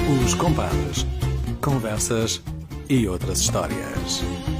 Os Compadres. Conversas e outras histórias.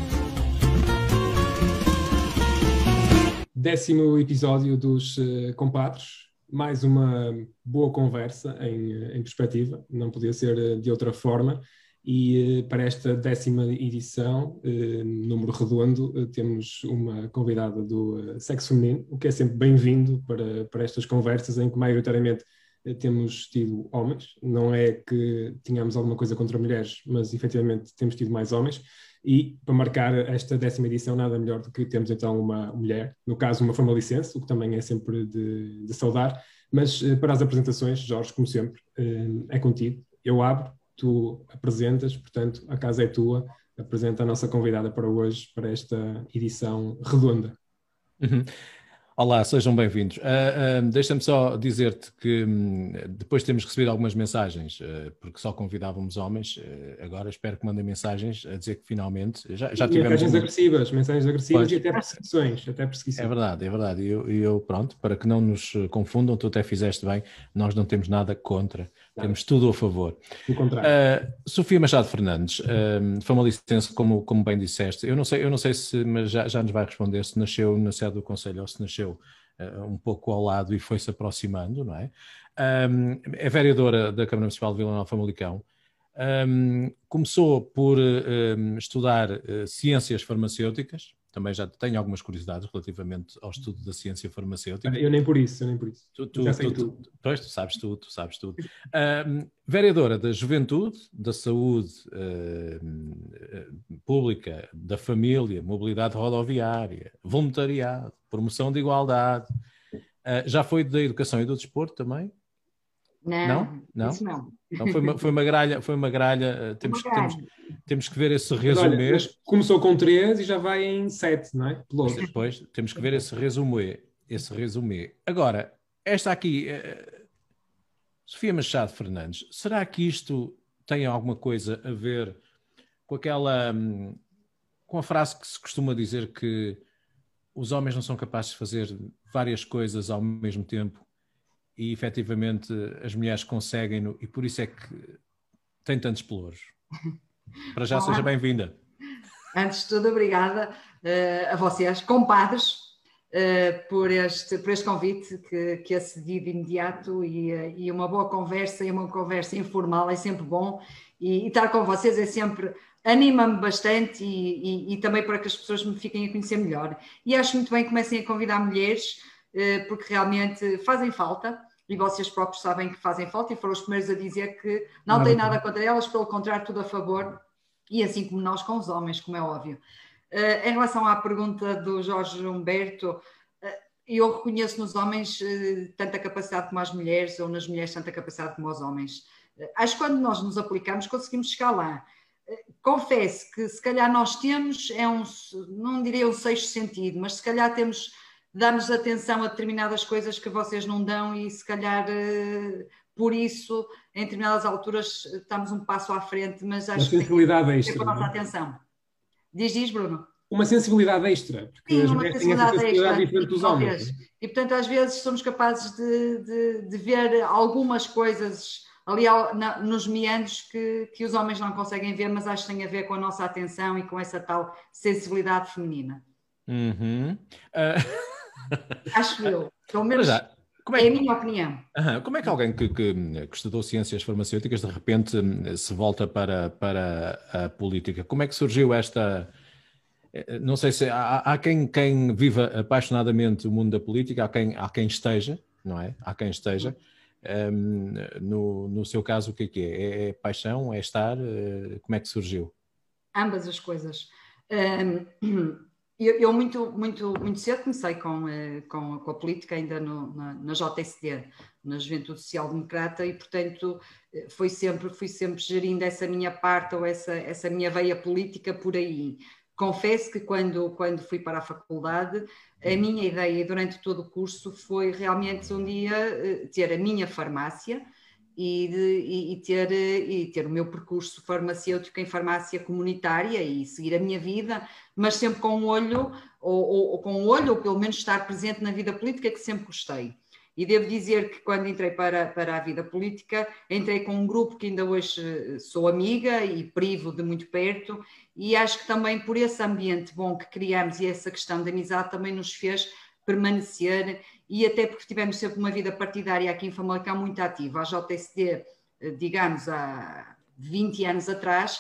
10º episódio dos Compadres. Mais uma boa conversa em perspectiva, não podia ser de outra forma. E para esta 10ª edição, número redondo, temos uma convidada do sexo feminino, o que é sempre bem-vindo para estas conversas em que maioritariamente temos tido homens. Não é que tenhamos alguma coisa contra mulheres, mas efetivamente temos tido mais homens. E para marcar esta 10ª edição, nada melhor do que termos então uma mulher, no caso uma formalicense, o que também é sempre de saudar. Mas para as apresentações, Jorge, como sempre, é contigo. Eu abro, tu apresentas, portanto a casa é tua. Apresenta a nossa convidada para hoje, para esta edição redonda. Uhum. Olá, sejam bem-vindos. Deixa-me só dizer-te que depois temos recebido algumas mensagens, porque só convidávamos homens. Agora espero que mandem mensagens a dizer que finalmente já tivemos... Mensagens agressivas e até perseguições. É verdade. E eu, pronto, para que não nos confundam, tu até fizeste bem, nós não temos nada contra, temos tudo a favor. O contrário. Sofia Machado Fernandes, formalicense, como bem disseste. Eu não sei se, mas já nos vai responder, se nasceu na sede do Conselho ou se nasceu um pouco ao lado e foi-se aproximando, não é? É vereadora da Câmara Municipal de Vila Nova de Famalicão. Começou por estudar ciências farmacêuticas. Também já tenho algumas curiosidades relativamente ao estudo da ciência farmacêutica. Eu nem por isso. Tu sabes tudo. Vereadora da Juventude, da Saúde Pública, da Família, Mobilidade Rodoviária, Voluntariado, Promoção de Igualdade. Já foi da Educação e do Desporto também? Não? Isso não. Então foi uma gralha. Temos que ver esse resumê. Mas começou com 3 e já vai em 7, não é? Depois temos que ver esse resumê. Agora, esta aqui, Sofia Machado Fernandes, será que isto tem alguma coisa a ver com a frase que se costuma dizer que os homens não são capazes de fazer várias coisas ao mesmo tempo e efetivamente as mulheres conseguem-no e por isso é que tem tantos pelouros? Para já, seja bem-vinda. Antes de tudo, obrigada a vocês, compadres, por este convite que acedi de imediato e uma boa conversa, e uma conversa informal é sempre bom e estar com vocês é sempre, anima-me bastante e também para que as pessoas me fiquem a conhecer melhor. E acho muito bem que comecem a convidar mulheres, porque realmente fazem falta. E vocês próprios sabem que fazem falta e foram os primeiros a dizer que não têm nada contra elas, pelo contrário, tudo a favor, e assim como nós com os homens, como é óbvio. Em relação à pergunta do Jorge Humberto, eu reconheço nos homens tanta capacidade como as mulheres, ou nas mulheres tanta capacidade como os homens. Acho que quando nós nos aplicamos, conseguimos chegar lá. Confesso que se calhar nós temos, não diria um sexto sentido, mas se calhar damos atenção a determinadas coisas que vocês não dão e se calhar por isso em determinadas alturas estamos um passo à frente, mas acho que sensibilidade extra, com a nossa atenção. Diz, Bruno. Uma sensibilidade extra, porque as mulheres têm essa sensibilidade diferente dos homens. E portanto às vezes somos capazes de ver algumas coisas ali nos meandros que os homens não conseguem ver, mas acho que tem a ver com a nossa atenção e com essa tal sensibilidade feminina. Acho eu, pelo menos é a minha opinião. Como é que alguém que estudou ciências farmacêuticas de repente se volta para a política? Como é que surgiu esta... Não sei se há quem viva apaixonadamente o mundo da política, há quem esteja, não é? Há quem esteja. No seu caso, o que é? É paixão? É estar? Como é que surgiu? Ambas as coisas. Eu muito cedo comecei com a política, ainda na JSD, na Juventude Social Democrata, e portanto fui sempre gerindo essa minha parte ou essa minha veia política por aí. Confesso que quando fui para a faculdade, a minha ideia durante todo o curso foi realmente um dia ter a minha farmácia e ter o meu percurso farmacêutico em farmácia comunitária e seguir a minha vida, mas sempre com um olho, ou pelo menos estar presente na vida política, que sempre gostei. E devo dizer que quando entrei para a vida política, entrei com um grupo que ainda hoje sou amiga e privo de muito perto, e acho que também por esse ambiente bom que criamos e essa questão de amizade também nos fez permanecer, e até porque tivemos sempre uma vida partidária aqui em Famalicão muito ativa. A JSD, digamos, há 20 anos atrás,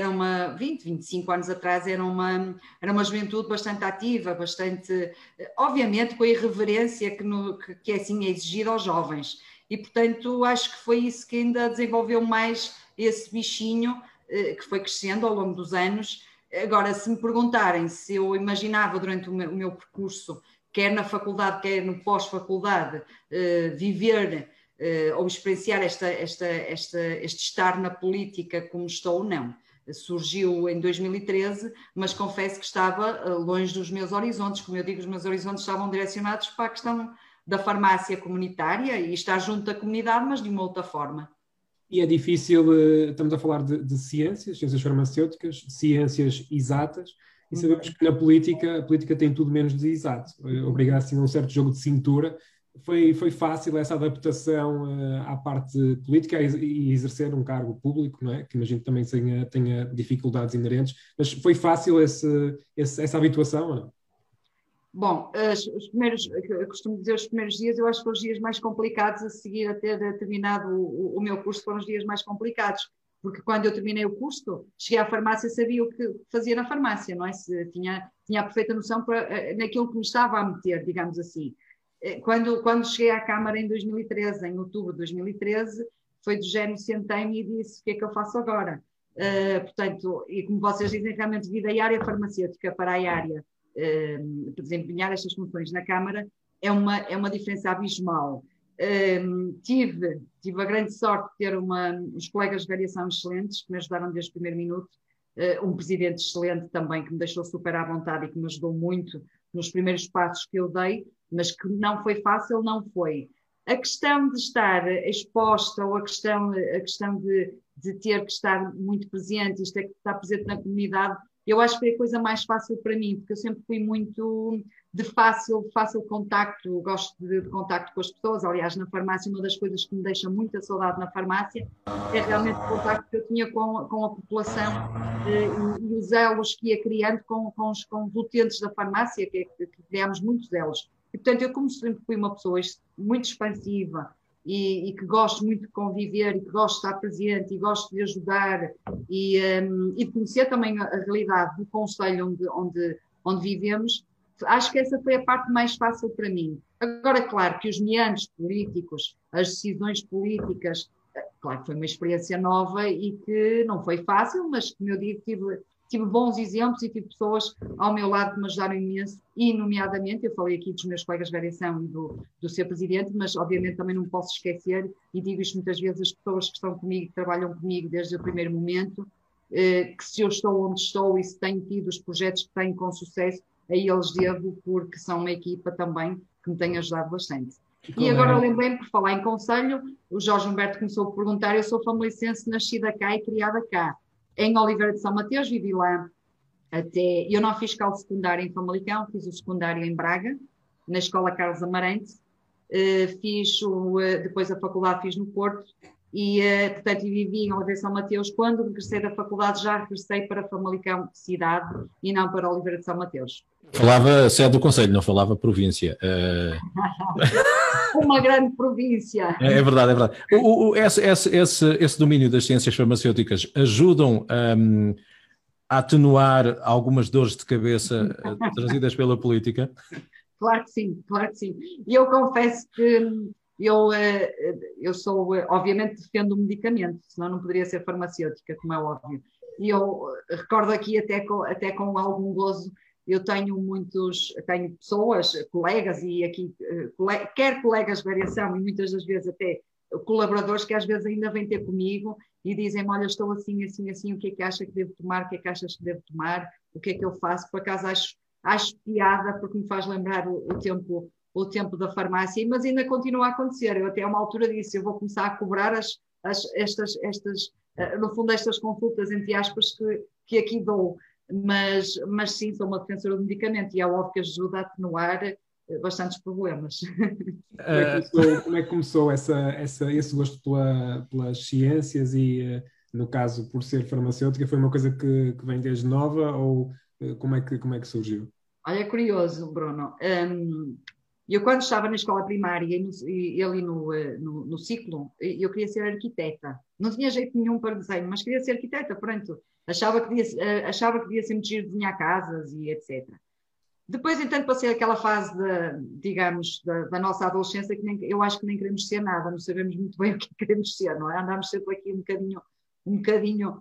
25 anos atrás, era uma juventude bastante ativa, bastante, obviamente, com a irreverência que assim é exigida aos jovens. E, portanto, acho que foi isso que ainda desenvolveu mais esse bichinho, que foi crescendo ao longo dos anos. Agora, se me perguntarem se eu imaginava durante o meu percurso, quer na faculdade, quer no pós-faculdade, viver ou experienciar este estar na política como estou, não. Surgiu em 2013, mas confesso que estava longe dos meus horizontes. Como eu digo, os meus horizontes estavam direcionados para a questão da farmácia comunitária e estar junto da comunidade, mas de uma outra forma. E é difícil, estamos a falar de ciências farmacêuticas, ciências exatas, e sabemos que na política, a política tem tudo menos de exato. Obrigar assim a um certo jogo de cintura. Foi fácil essa adaptação à parte política e exercer um cargo público, não é? Que imagino que também tenha dificuldades inerentes, mas foi fácil essa habituação, ou não? Bom, eu costumo dizer os primeiros dias, eu acho que foram os dias mais complicados a seguir a ter terminado o meu curso, foram os dias mais complicados, porque quando eu terminei o curso, cheguei à farmácia, sabia o que fazia na farmácia, não é? Tinha a perfeita noção naquilo que me estava a meter, digamos assim. Quando cheguei à Câmara em 2013, em outubro de 2013, foi do género, sentei-me e disse: o que é que eu faço agora? Portanto, e como vocês dizem, realmente vir da área farmacêutica para a área para desempenhar estas funções na Câmara é uma diferença abismal. Tive a grande sorte de ter uns colegas de variação excelentes que me ajudaram desde o primeiro minuto, um presidente excelente também que me deixou super à vontade e que me ajudou muito nos primeiros passos que eu dei, mas que não foi fácil, não foi. A questão de estar exposta ou a questão de ter que estar muito presente, isto é que estar presente na comunidade, eu acho que foi a coisa mais fácil para mim, porque eu sempre fui muito de fácil contacto, gosto de contacto com as pessoas. Aliás, na farmácia, uma das coisas que me deixa muita saudade na farmácia é realmente o contacto que eu tinha com a população e os elos que ia criando com os utentes da farmácia, que criámos muitos elos. E, portanto, eu como sempre fui uma pessoa muito expansiva e que gosto muito de conviver e que gosto de estar presente e gosto de ajudar e de conhecer também a realidade do concelho onde vivemos, acho que essa foi a parte mais fácil para mim. Agora, claro que os meandros políticos, as decisões políticas, claro que foi uma experiência nova e que não foi fácil, mas, como eu digo, tive bons exemplos e tive pessoas ao meu lado que me ajudaram imenso, e nomeadamente, eu falei aqui dos meus colegas de variação e do seu presidente, mas obviamente também não posso esquecer, e digo isto muitas vezes, as pessoas que estão comigo, que trabalham comigo desde o primeiro momento, que se eu estou onde estou e se tenho tido os projetos que tenho com sucesso, a eles devo, porque são uma equipa também que me tem ajudado bastante. E agora lembrei-me, por falar em conselho, o Jorge Humberto começou a perguntar, eu sou famalicense, nascida cá e criada cá. Em Oliveira de São Mateus, vivi lá até... Eu não fiz escola secundária em Famalicão, fiz o secundário em Braga, na Escola Carlos Amarante. Depois a faculdade fiz no Porto e, portanto, vivi em Oliveira de São Mateus. Quando regressei da faculdade, já regressei para Famalicão cidade e não para Oliveira de São Mateus. Falava sede do Conselho, não falava província. Uma grande província. É verdade, é verdade. Esse domínio das ciências farmacêuticas ajudam a atenuar algumas dores de cabeça trazidas pela política? Claro que sim, claro que sim. E eu confesso que eu sou, obviamente, defendo o medicamento, senão não poderia ser farmacêutica, como é óbvio. E eu recordo aqui até com algum gozo, eu tenho pessoas, colegas, e aqui, quer colegas de variação e muitas das vezes até colaboradores que às vezes ainda vêm ter comigo e dizem-me: olha, estou assim, assim, assim, o que é que acha que devo tomar, o que é que achas que devo tomar, o que é que eu faço? Por acaso acho piada, porque me faz lembrar o tempo da farmácia, mas ainda continua a acontecer. Eu até a uma altura disse: eu vou começar a cobrar no fundo, estas consultas, entre aspas, que aqui dou. Mas sim, sou uma defensora do medicamento e é óbvio que ajuda a atenuar bastantes problemas. Como é que começou esse gosto pelas ciências e, no caso, por ser farmacêutica, foi uma coisa que vem desde nova ou como é que surgiu? Olha, é curioso, Bruno. Eu, quando estava na escola primária e ali no ciclo, eu queria ser arquiteta. Não tinha jeito nenhum para desenho, mas queria ser arquiteta, pronto. Achava que devia ser muito giro desenhar casas e etc. Depois, entanto, passei aquela fase, digamos, da nossa adolescência, que eu acho que nem queremos ser nada, não sabemos muito bem o que queremos ser, não é? Andamos sempre aqui um bocadinho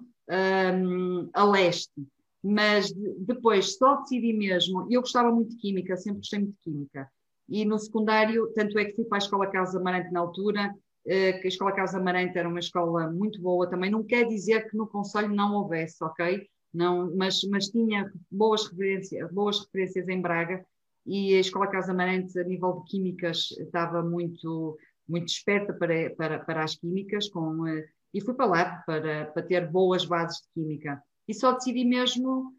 a leste. Mas depois só decidi mesmo, eu gostava muito de química, sempre gostei muito de química. E no secundário, tanto é que fui para a Escola Carlos Amarante na altura, que a Escola Carlos Amarante era uma escola muito boa também. Não quer dizer que no concelho não houvesse, ok? Não, mas tinha boas referências em Braga, e a Escola Carlos Amarante, a nível de químicas, estava muito, muito esperta para as químicas, e fui para lá para ter boas bases de química. E só decidi mesmo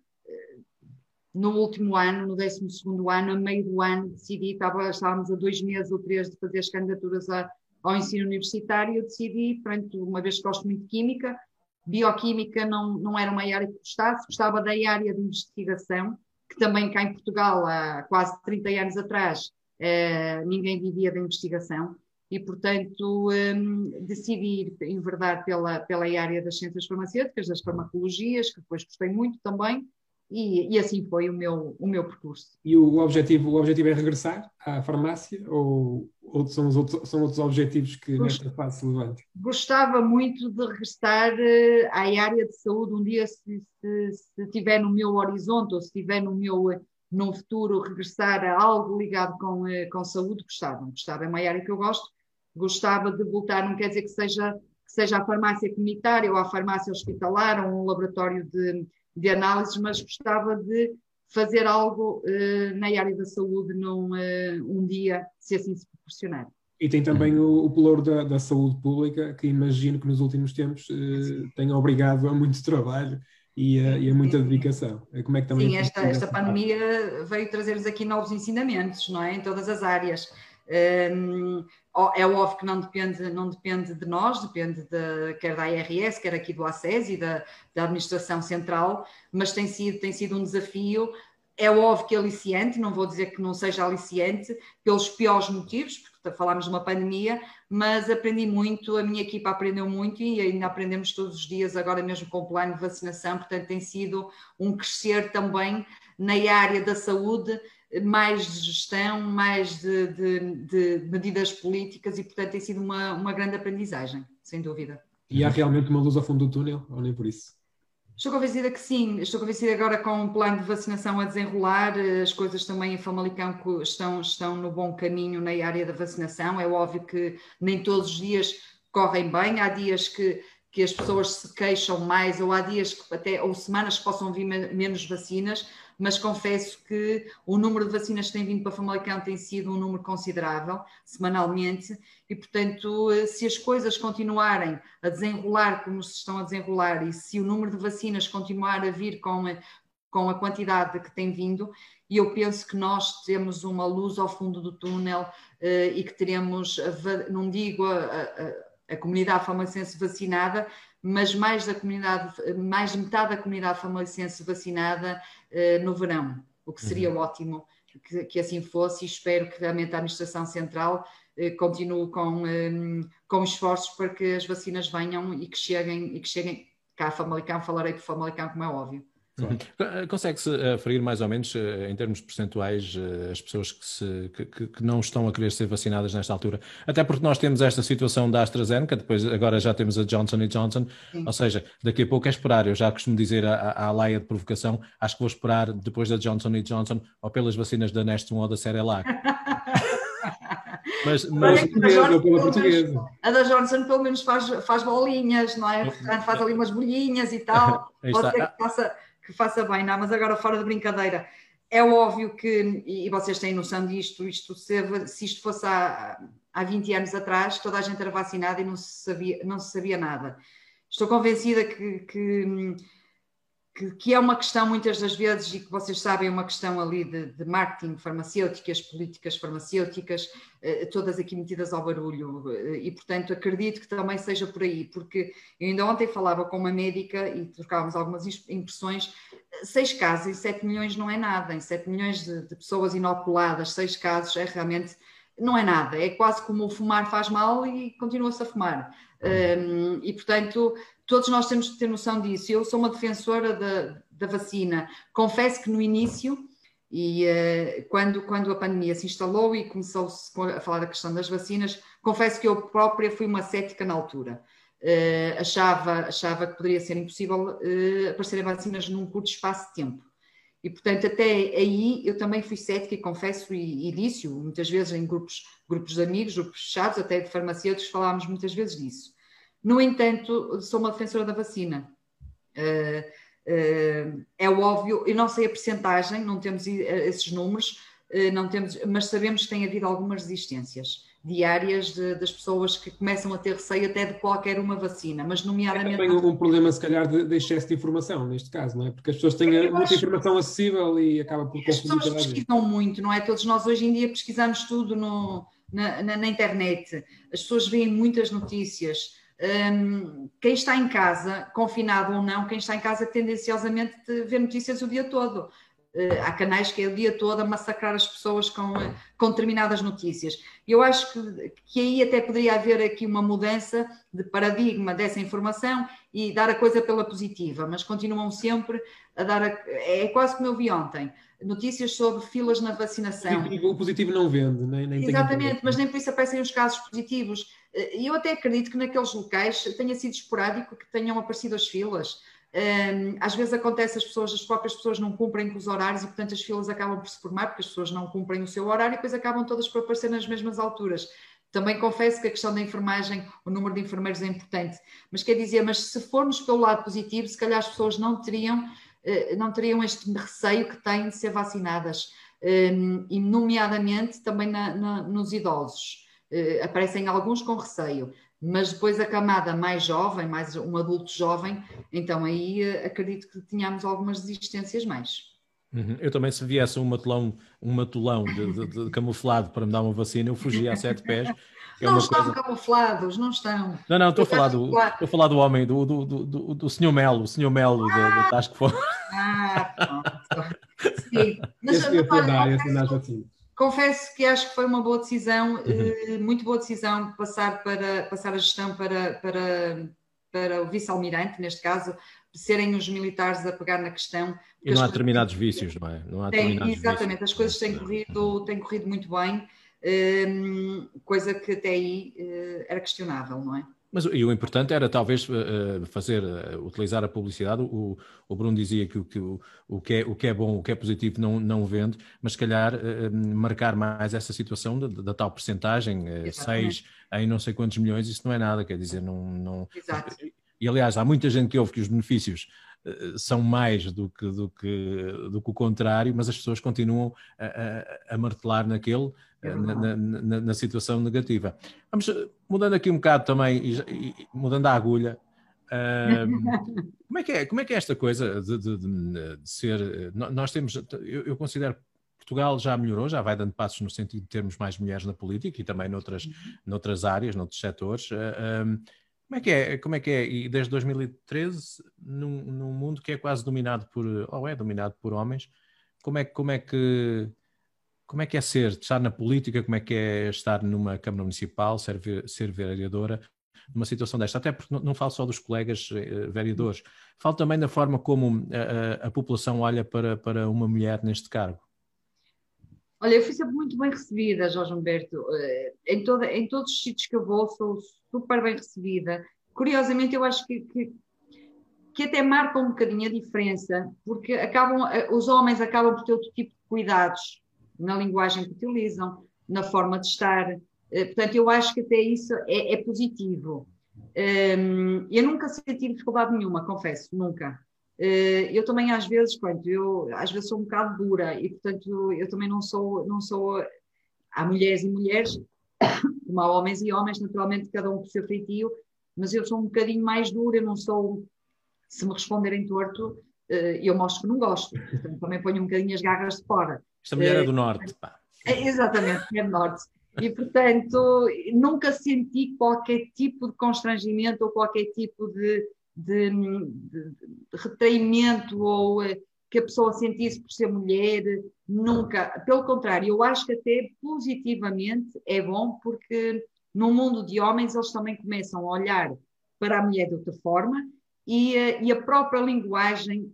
no último ano, no 12º ano, a meio do ano, estávamos a 2 meses ou 3 de fazer as candidaturas ao ensino universitário. Eu decidi, pronto, uma vez que gosto muito de química, bioquímica não era uma área que gostava da área de investigação, que também cá em Portugal, há quase 30 anos atrás, ninguém vivia da investigação. E, portanto, decidi enverdar pela área das ciências farmacêuticas, das farmacologias, que depois gostei muito também, e assim foi o meu percurso. E o objetivo é regressar à farmácia ou são outros objetivos que nesta fase se levantam? Gostava muito de regressar à área de saúde um dia, se tiver no meu horizonte ou se tiver no futuro, regressar a algo ligado com saúde. Gostava, é uma área que eu gosto. Gostava de voltar, não quer dizer que seja a farmácia comunitária ou a farmácia hospitalar ou um laboratório de análises, mas gostava de fazer algo na área da saúde um dia, se assim se proporcionar. E tem também o pelouro da saúde pública, que imagino que nos últimos tempos tenha obrigado a muito trabalho e a muita dedicação. Como é que também... Sim, esta pandemia veio trazer-nos aqui novos ensinamentos, não é? Em todas as áreas. É óbvio que não depende de nós, depende quer da ARS, quer aqui do ACES e da Administração Central, mas tem sido um desafio. É óbvio que é aliciante, não vou dizer que não seja aliciante, pelos piores motivos, porque falámos de uma pandemia, mas aprendi muito, a minha equipa aprendeu muito e ainda aprendemos todos os dias, agora mesmo com o plano de vacinação, portanto tem sido um crescer também na área da saúde, mais de gestão, mais de medidas políticas, e portanto tem sido uma grande aprendizagem, sem dúvida. E há realmente uma luz ao fundo do túnel, ou nem por isso? Estou convencida que sim, estou convencida agora com o plano de vacinação a desenrolar, as coisas também em Famalicão estão no bom caminho na área da vacinação. É óbvio que nem todos os dias correm bem, há dias que as pessoas se queixam mais, ou há dias ou semanas que possam vir menos vacinas, mas confesso que o número de vacinas que tem vindo para Famalicão tem sido um número considerável, semanalmente, e, portanto, se as coisas continuarem a desenrolar como se estão a desenrolar e se o número de vacinas continuar a vir com a quantidade que tem vindo, eu penso que nós temos uma luz ao fundo do túnel e que teremos, não digo a comunidade famalicense vacinada, mas mais de metade da comunidade famalicense vacinada no verão, o que seria ótimo que assim fosse, e espero que realmente a Administração Central continue com esforços para que as vacinas venham e que cheguem cá a Famalicão. Falarei por Famalicão, como é óbvio. Consegue-se aferir mais ou menos, em termos percentuais, as pessoas que não estão a querer ser vacinadas nesta altura? Até porque nós temos esta situação da AstraZeneca, depois agora já temos a Johnson & Johnson. Sim. Ou seja, daqui a pouco é esperar. Eu já costumo dizer à laia de provocação, acho que vou esperar depois da Johnson & Johnson ou pelas vacinas da Nestum ou da Cerelac. Mas a da Johnson pelo menos faz bolinhas, não é? Faz ali umas bolinhas e tal. Pode ser que faça bem, não, mas agora fora de brincadeira, é óbvio que, e vocês têm noção disto, se isto fosse há 20 anos atrás, toda a gente era vacinada e não se sabia nada. Estou convencida que que é uma questão muitas das vezes, e que vocês sabem, uma questão ali de marketing farmacêutico, as políticas farmacêuticas, todas aqui metidas ao barulho, e portanto acredito que também seja por aí, porque eu ainda ontem falava com uma médica e trocávamos algumas impressões. 6 casos em 7 milhões não é nada, em 7 milhões de pessoas inoculadas, 6 casos é realmente, não é nada, é quase como o fumar faz mal e continua-se a fumar. E portanto, todos nós temos que ter noção disso. Eu sou uma defensora da vacina. Confesso que no início, e quando a pandemia se instalou e começou-se a falar da questão das vacinas, confesso que eu própria fui uma cética na altura. Achava que poderia ser impossível aparecerem vacinas num curto espaço de tempo. E, portanto, até aí eu também fui cética e confesso e disse-o muitas vezes em grupos de amigos, grupos fechados, até de farmacêuticos, falámos muitas vezes disso. No entanto, sou uma defensora da vacina. É óbvio, eu não sei a percentagem, não temos esses números, não temos, mas sabemos que tem havido algumas resistências diárias das pessoas que começam a ter receio até de qualquer uma vacina, mas nomeadamente... É também um problema, se calhar, de excesso de informação, neste caso, não é? Porque as pessoas têm muita informação acessível e acaba por confundir. As pessoas pesquisam muito, não é? Todos nós hoje em dia pesquisamos tudo na internet, as pessoas veem muitas notícias. Quem está em casa, confinado ou não, quem está em casa tendenciosamente vê notícias o dia todo. Há canais que é o dia todo a massacrar as pessoas com determinadas notícias. Eu acho que aí até poderia haver aqui uma mudança de paradigma dessa informação e dar a coisa pela positiva, mas continuam sempre a dar... É quase como eu vi ontem, notícias sobre filas na vacinação. O positivo não vende, nem exatamente, mas nem por isso aparecem os casos positivos. E eu até acredito que naqueles locais tenha sido esporádico que tenham aparecido as filas. Às vezes acontece as próprias pessoas não cumprem com os horários e, portanto, as filas acabam por se formar porque as pessoas não cumprem o seu horário e depois acabam todas por aparecer nas mesmas alturas. Também confesso que a questão da enfermagem, o número de enfermeiros é importante, mas quer dizer, mas se formos pelo lado positivo, se calhar as pessoas não teriam este receio que têm de ser vacinadas, e nomeadamente também nos idosos. Aparecem alguns com receio, mas depois a camada mais jovem, mais um adulto jovem, então aí acredito que tenhamos algumas resistências mais. Eu também, se viesse um matulão de camuflado para me dar uma vacina, eu fugia a 7 pés. Não estão camuflados, não estão. Não, estou a falar do homem, do Sr. Melo, o Sr. Melo da Task Force. Pronto. Sim, mas confesso que acho que foi uma boa decisão, muito boa decisão, passar a gestão para o vice-almirante, neste caso, serem os militares a pegar na questão. E não há determinados vícios, não é? Não há exatamente, as coisas têm corrido muito bem, coisa que até aí era questionável, não é? Mas e o importante era talvez utilizar a publicidade. O Bruno dizia que o que é bom, o que é positivo não vende, mas se calhar marcar mais essa situação da tal percentagem, 6 em não sei quantos milhões, isso não é nada, quer dizer, não... Exato. E aliás, há muita gente que ouve que os benefícios são mais do que o contrário, mas as pessoas continuam a martelar na situação negativa. Vamos mudando aqui um bocado também e mudando a agulha. Como é que é esta coisa de ser... Nós temos... Eu considero que Portugal já melhorou, já vai dando passos no sentido de termos mais mulheres na política e também noutras áreas, noutros setores. Como é que é? E desde 2013, num mundo que é quase dominado por homens, como é que é estar na política, como é que é estar numa Câmara Municipal, ser vereadora, numa situação desta? Até porque não falo só dos colegas vereadores, falo também da forma como a população olha para uma mulher neste cargo. Olha, eu fui sempre muito bem recebida, Jorge Humberto. Em todos os sítios que eu vou, sou super bem recebida. Curiosamente, eu acho que até marca um bocadinho a diferença, porque os homens acabam por ter outro tipo de cuidados na linguagem que utilizam, na forma de estar. Portanto, eu acho que até isso é positivo. Eu nunca senti dificuldade nenhuma, confesso, nunca. Eu também às vezes sou um bocado dura e portanto eu também não sou, há mulheres e mulheres, como há homens e homens, naturalmente cada um por seu feitio, mas eu sou um bocadinho mais dura, eu não sou, se me responderem torto, eu mostro que não gosto. Portanto, também ponho um bocadinho as garras de fora. Esta mulher é do Norte, pá. Exatamente, é do Norte. E, portanto, nunca senti qualquer tipo de constrangimento ou qualquer tipo de retraimento ou que a pessoa sentisse por ser mulher, nunca. Pelo contrário, eu acho que até positivamente é bom, porque no mundo de homens eles também começam a olhar para a mulher de outra forma e a própria linguagem,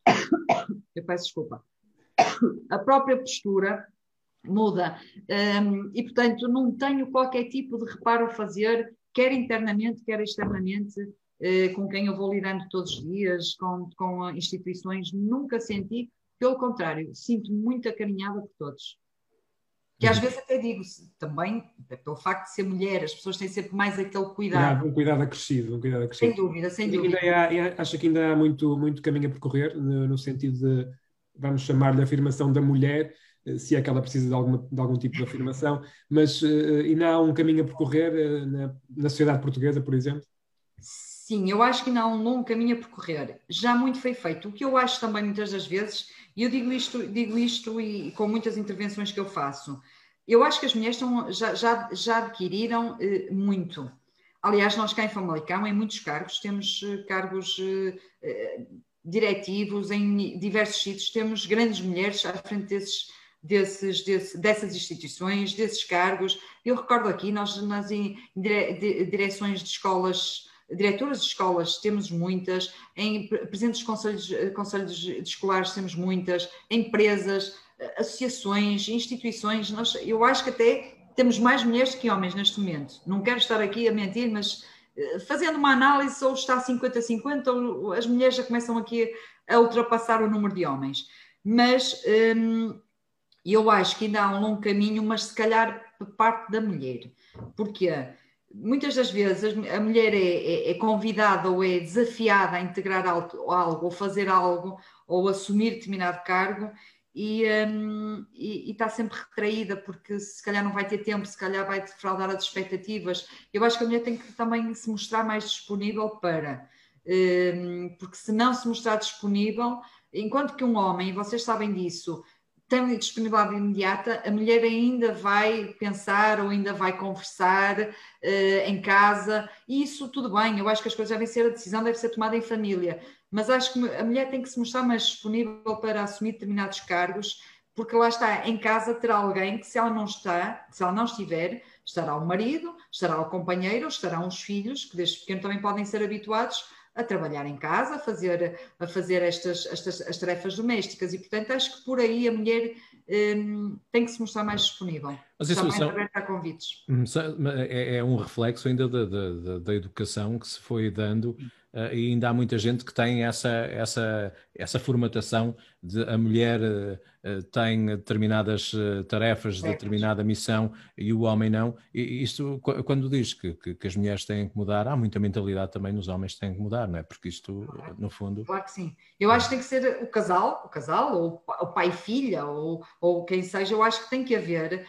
eu peço desculpa, a própria postura muda. E, portanto, não tenho qualquer tipo de reparo a fazer, quer internamente, quer externamente, com quem eu vou lidando todos os dias, com instituições, nunca senti, pelo contrário, sinto-me muito acarinhada por todos. Que às vezes até digo, também, pelo facto de ser mulher, as pessoas têm sempre mais aquele cuidado. Um cuidado acrescido. Sem dúvida, sem dúvida. Acho que ainda há muito caminho a percorrer, no sentido de, vamos chamar-lhe afirmação da mulher, se é que ela precisa de algum tipo de afirmação, mas ainda há um caminho a percorrer na sociedade portuguesa, por exemplo? Sim, eu acho que ainda há um longo caminho a percorrer. Já muito foi feito. O que eu acho também muitas das vezes, e eu digo isto e com muitas intervenções que eu faço, eu acho que as mulheres já adquiriram muito. Aliás, nós cá em Famalicão, em muitos cargos, temos cargos diretivos em diversos sítios, temos grandes mulheres à frente dessas instituições, desses cargos. Eu recordo aqui, nós nas direções de escolas, diretoras de escolas temos muitas, em presidentes de conselhos escolares temos muitas, empresas, associações, instituições. Eu acho que até temos mais mulheres que homens neste momento. Não quero estar aqui a mentir, mas fazendo uma análise, ou está 50-50, ou as mulheres já começam aqui a ultrapassar o número de homens. Mas eu acho que ainda há um longo caminho, mas se calhar por parte da mulher. Porquê? Muitas das vezes a mulher é convidada ou é desafiada a integrar algo, ou fazer algo, ou assumir determinado cargo, e está sempre retraída, porque se calhar não vai ter tempo, se calhar vai defraudar as expectativas. Eu acho que a mulher tem que também se mostrar mais disponível porque se não se mostrar disponível, enquanto que um homem, e vocês sabem disso, tem disponibilidade imediata, a mulher ainda vai pensar ou ainda vai conversar em casa, e isso tudo bem, eu acho que as coisas a decisão deve ser tomada em família, mas acho que a mulher tem que se mostrar mais disponível para assumir determinados cargos, porque lá está, em casa terá alguém que se ela não estiver, estará o marido, estará o companheiro, estarão os filhos, que desde pequeno também podem ser habituados a trabalhar em casa, a fazer as tarefas domésticas, e portanto acho que por aí a mulher tem que se mostrar mais disponível. Mas está mais aberta a convites. É um reflexo ainda da educação que se foi dando, e ainda há muita gente que tem essa formatação de a mulher tem determinadas tarefas, de determinada missão, e o homem não. E isto, quando diz que as mulheres têm que mudar, há muita mentalidade também nos homens que têm que mudar, não é? Porque isto, no fundo... Claro que sim. Eu acho que tem que ser o casal, ou o pai e filha, ou quem seja, eu acho que tem que haver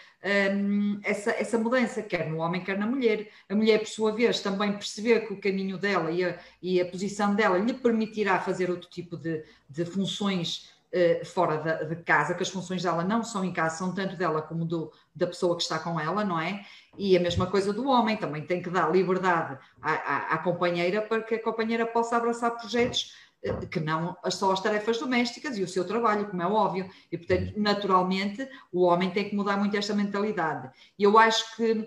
essa mudança, quer no homem, quer na mulher. A mulher, por sua vez, também perceber que o caminho dela e a posição dela lhe permitirá fazer outro tipo de funções fora de casa, que as funções dela não são em casa, são tanto dela como da pessoa que está com ela, não é? E a mesma coisa do homem, também tem que dar liberdade à companheira, para que a companheira possa abraçar projetos que não só as tarefas domésticas e o seu trabalho, como é óbvio. E, portanto, naturalmente, o homem tem que mudar muito esta mentalidade. E eu acho que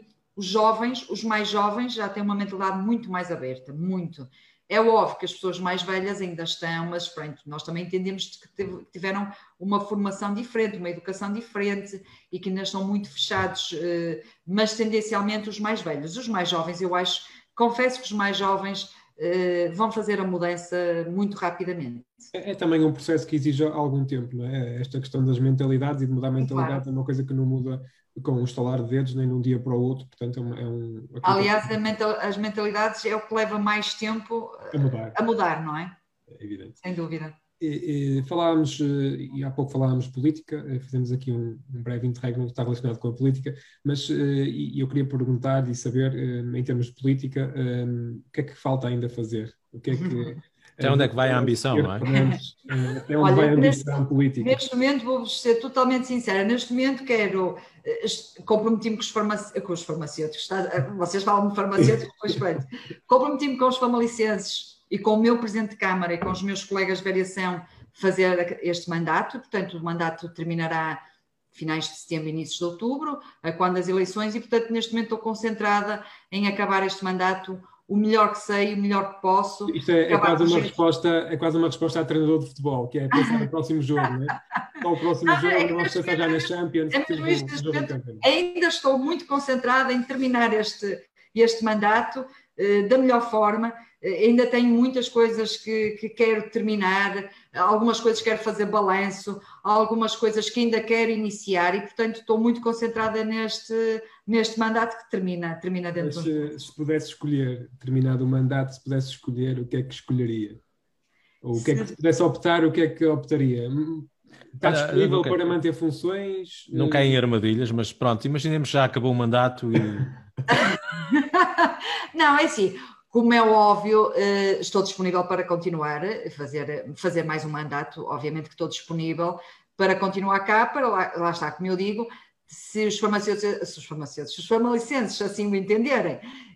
os mais jovens, já têm uma mentalidade muito mais aberta, muito. É óbvio que as pessoas mais velhas ainda estão, mas pronto, nós também entendemos que tiveram uma formação diferente, uma educação diferente, e que ainda estão muito fechados, mas tendencialmente os mais velhos. Os mais jovens, eu acho, confesso que os mais jovens vão fazer a mudança muito rapidamente. É também um processo que exige algum tempo, não é? Esta questão das mentalidades e de mudar a mentalidade, claro, é uma coisa que não muda com um estalar de dedos, nem de um dia para o outro, portanto Aliás, as mentalidades é o que leva mais tempo a mudar, não é? É evidente. Sem dúvida. Falámos, e há pouco falámos de política, fizemos aqui um breve interregno que está relacionado com a política, mas eu queria perguntar e saber, em termos de política, o que é que falta ainda fazer? O que é que Até onde é que vai a ambição, não é? Até onde vai a ambição política? Neste momento, vou-vos ser totalmente sincera, neste momento comprometi-me com os farmacêuticos, vocês falam de farmacêuticos, respeito. Comprometi-me com os famalicenses e com o meu Presidente de Câmara e com os meus colegas de variação fazer este mandato, portanto o mandato terminará finais de setembro, inícios de outubro, quando as eleições, e portanto neste momento estou concentrada em acabar este mandato o melhor que sei, o melhor que posso. Isto é quase uma resposta a treinador de futebol, que é pensar no próximo jogo, não é? Qual o próximo jogo? Não vamos pensar já na Champions. Ainda estou muito concentrada em terminar este mandato da melhor forma. Ainda tenho muitas coisas que quero terminar, algumas coisas quero fazer balanço, algumas coisas que ainda quero iniciar e, portanto, estou muito concentrada neste mandato que termina dentro de um... Se pudesse escolher, terminado o mandato, se pudesse escolher, o que é que escolheria? Ou o que é que pudesse optar, o que é que optaria? Está disponível para manter funções? Não caem em armadilhas, mas pronto, imaginemos já acabou o mandato e... Não, é assim... Como é óbvio, estou disponível para continuar a fazer mais um mandato, obviamente que estou disponível para continuar cá, lá está, como eu digo, se os famalicenses assim o entenderem,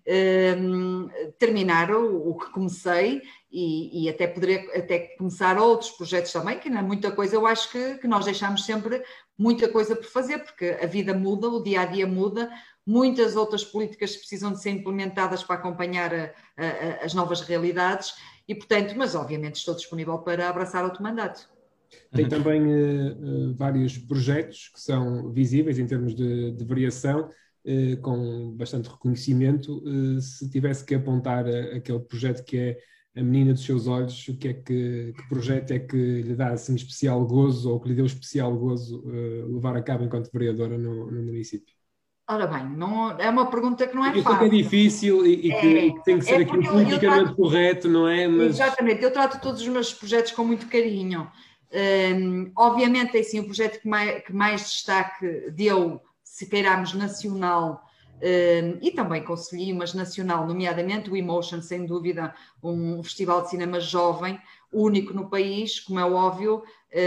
terminar o que comecei e até poder começar outros projetos também, que não é muita coisa, eu acho que nós deixamos sempre muita coisa por fazer, porque a vida muda, o dia-a-dia muda, muitas outras políticas precisam de ser implementadas para acompanhar as novas realidades e, portanto, mas obviamente estou disponível para abraçar outro mandato. Tem também vários projetos que são visíveis em termos de variação, com bastante reconhecimento. Se tivesse que apontar aquele projeto que é a menina dos seus olhos, que projeto é que lhe dá assim, especial gozo ou que lhe deu especial gozo levar a cabo enquanto vereadora no município? Ora bem, não, é uma pergunta que não é fácil. Eu sei que é difícil e que tem que ser aquilo politicamente correto, não é? Mas... Exatamente, eu trato todos os meus projetos com muito carinho. Obviamente, é assim, o projeto que mais destaque deu, se queiramos, nacional e também conselhei, mas nacional, nomeadamente o Emotion, sem dúvida, um festival de cinema jovem, único no país, como é óbvio,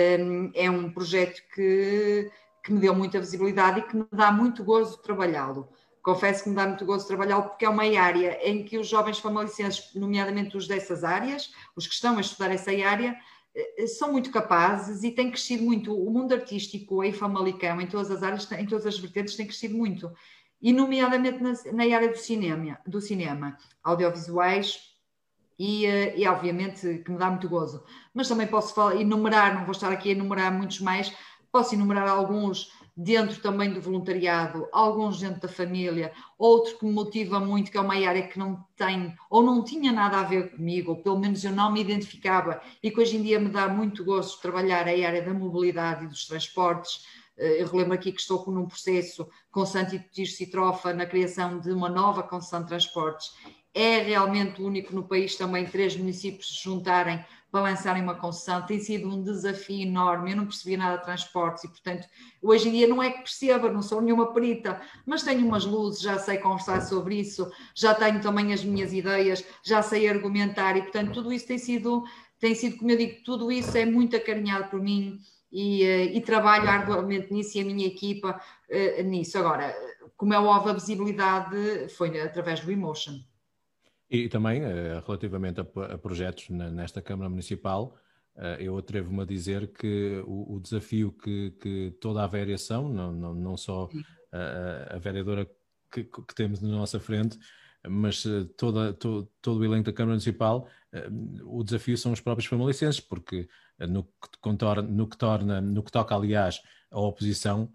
é um projeto que me deu muita visibilidade e que me dá muito gozo trabalhá-lo. Confesso que me dá muito gozo trabalhá-lo porque é uma área em que os jovens famalicenses, nomeadamente os dessas áreas, os que estão a estudar essa área, são muito capazes e têm crescido muito. O mundo artístico em Famalicão, em todas as áreas, em todas as vertentes, tem crescido muito. E nomeadamente na área do cinema, audiovisuais e obviamente que me dá muito gozo. Mas também posso enumerar, não vou estar aqui a enumerar muitos mais, posso enumerar alguns dentro também do voluntariado, alguns dentro da família, outro que me motiva muito, que é uma área que não tem ou não tinha nada a ver comigo, ou pelo menos eu não me identificava e que hoje em dia me dá muito gosto trabalhar a área da mobilidade e dos transportes. Eu relembro aqui que estou num processo com Santo Tirso Citrofa na criação de uma nova concessão de transportes. É realmente o único no país também 3 municípios se juntarem para lançarem uma concessão. Tem sido um desafio enorme. Eu não percebia nada de transportes e, portanto, hoje em dia não é que perceba, não sou nenhuma perita, mas tenho umas luzes, já sei conversar sobre isso, já tenho também as minhas ideias, já sei argumentar e, portanto, tudo isso tem sido, como eu digo, tudo isso é muito acarinhado por mim e trabalho arduamente nisso e a minha equipa nisso. Agora, como é óbvio, a visibilidade foi através do Emotion. E também, relativamente a projetos nesta Câmara Municipal, eu atrevo-me a dizer que o desafio que toda a variação, não só a vereadora que temos na nossa frente, mas todo o elenco da Câmara Municipal, o desafio são os próprios famalicenses, porque no que toca, aliás, à oposição,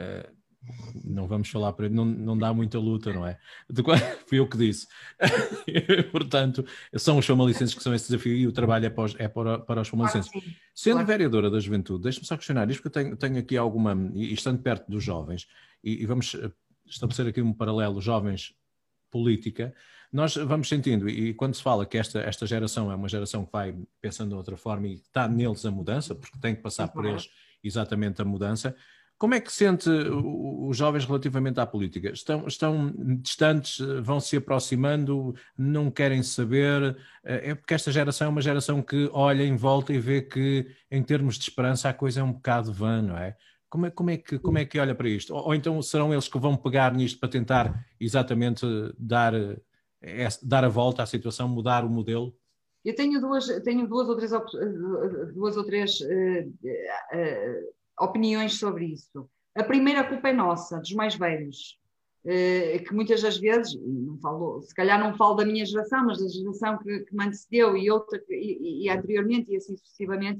não vamos falar para ele, não dá muita luta, não é? Fui eu que disse. Portanto, são os famalicenses que são esse desafio e o trabalho é para os famalicenses. Sendo vereadora da Juventude, deixe-me só questionar isto, porque eu tenho aqui alguma, e estando perto dos jovens, e vamos estabelecer aqui um paralelo jovens política, nós vamos sentindo, e quando se fala que esta geração é uma geração que vai pensando de outra forma e está neles a mudança, porque tem que passar por eles exatamente a mudança. Como é que sente os jovens relativamente à política? Estão distantes, vão se aproximando, não querem saber? É porque esta geração é uma geração que olha em volta e vê que, em termos de esperança, a coisa é um bocado vã, não é? Como é que olha para isto? Ou então serão eles que vão pegar nisto para tentar exatamente dar a volta à situação, mudar o modelo? Eu tenho duas ou três opiniões sobre isso. A primeira, a culpa é nossa, dos mais velhos, que muitas das vezes, se calhar não falo da minha geração, mas da geração que me antecedeu e outra e anteriormente e assim sucessivamente,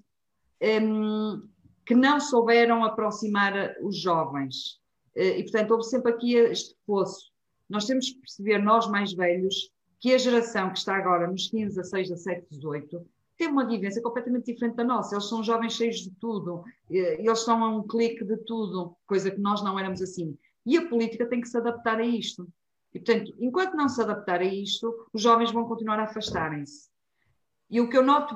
que não souberam aproximar os jovens. E, portanto, houve sempre aqui este fosso. Nós temos que perceber, nós mais velhos, que a geração que está agora nos 15, 16, 17, 18, tem uma vivência completamente diferente da nossa. Eles são jovens cheios de tudo, eles estão a um clique de tudo, coisa que nós não éramos assim. E a política tem que se adaptar a isto. E, portanto, enquanto não se adaptar a isto, os jovens vão continuar a afastarem-se. E o que eu noto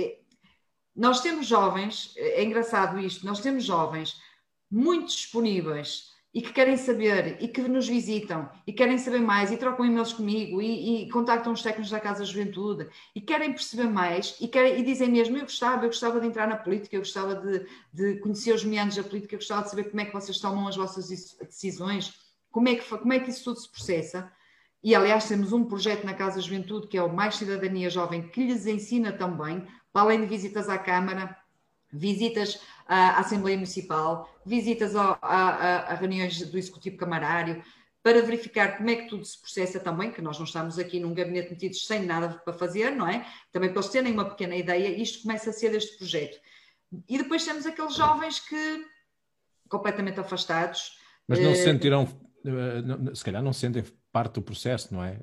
nós temos jovens, é engraçado isto, nós temos jovens muito disponíveis e que querem saber e que nos visitam e querem saber mais e trocam e-mails comigo e contactam os técnicos da Casa Juventude e querem perceber mais e dizem mesmo, eu gostava de entrar na política, eu gostava de conhecer os meandros da política, eu gostava de saber como é que vocês tomam as vossas decisões, como é que isso tudo se processa. E, aliás, temos um projeto na Casa Juventude que é o Mais Cidadania Jovem, que lhes ensina também, para além de visitas à Câmara, visitas à Assembleia Municipal, visitas a reuniões do Executivo Camarário, para verificar como é que tudo se processa também, que nós não estamos aqui num gabinete metidos sem nada para fazer, não é? Também para eles terem uma pequena ideia, isto começa a ser este projeto. E depois temos aqueles jovens que, completamente afastados... Mas não se sentirão, se calhar não se sentem parte do processo, não é?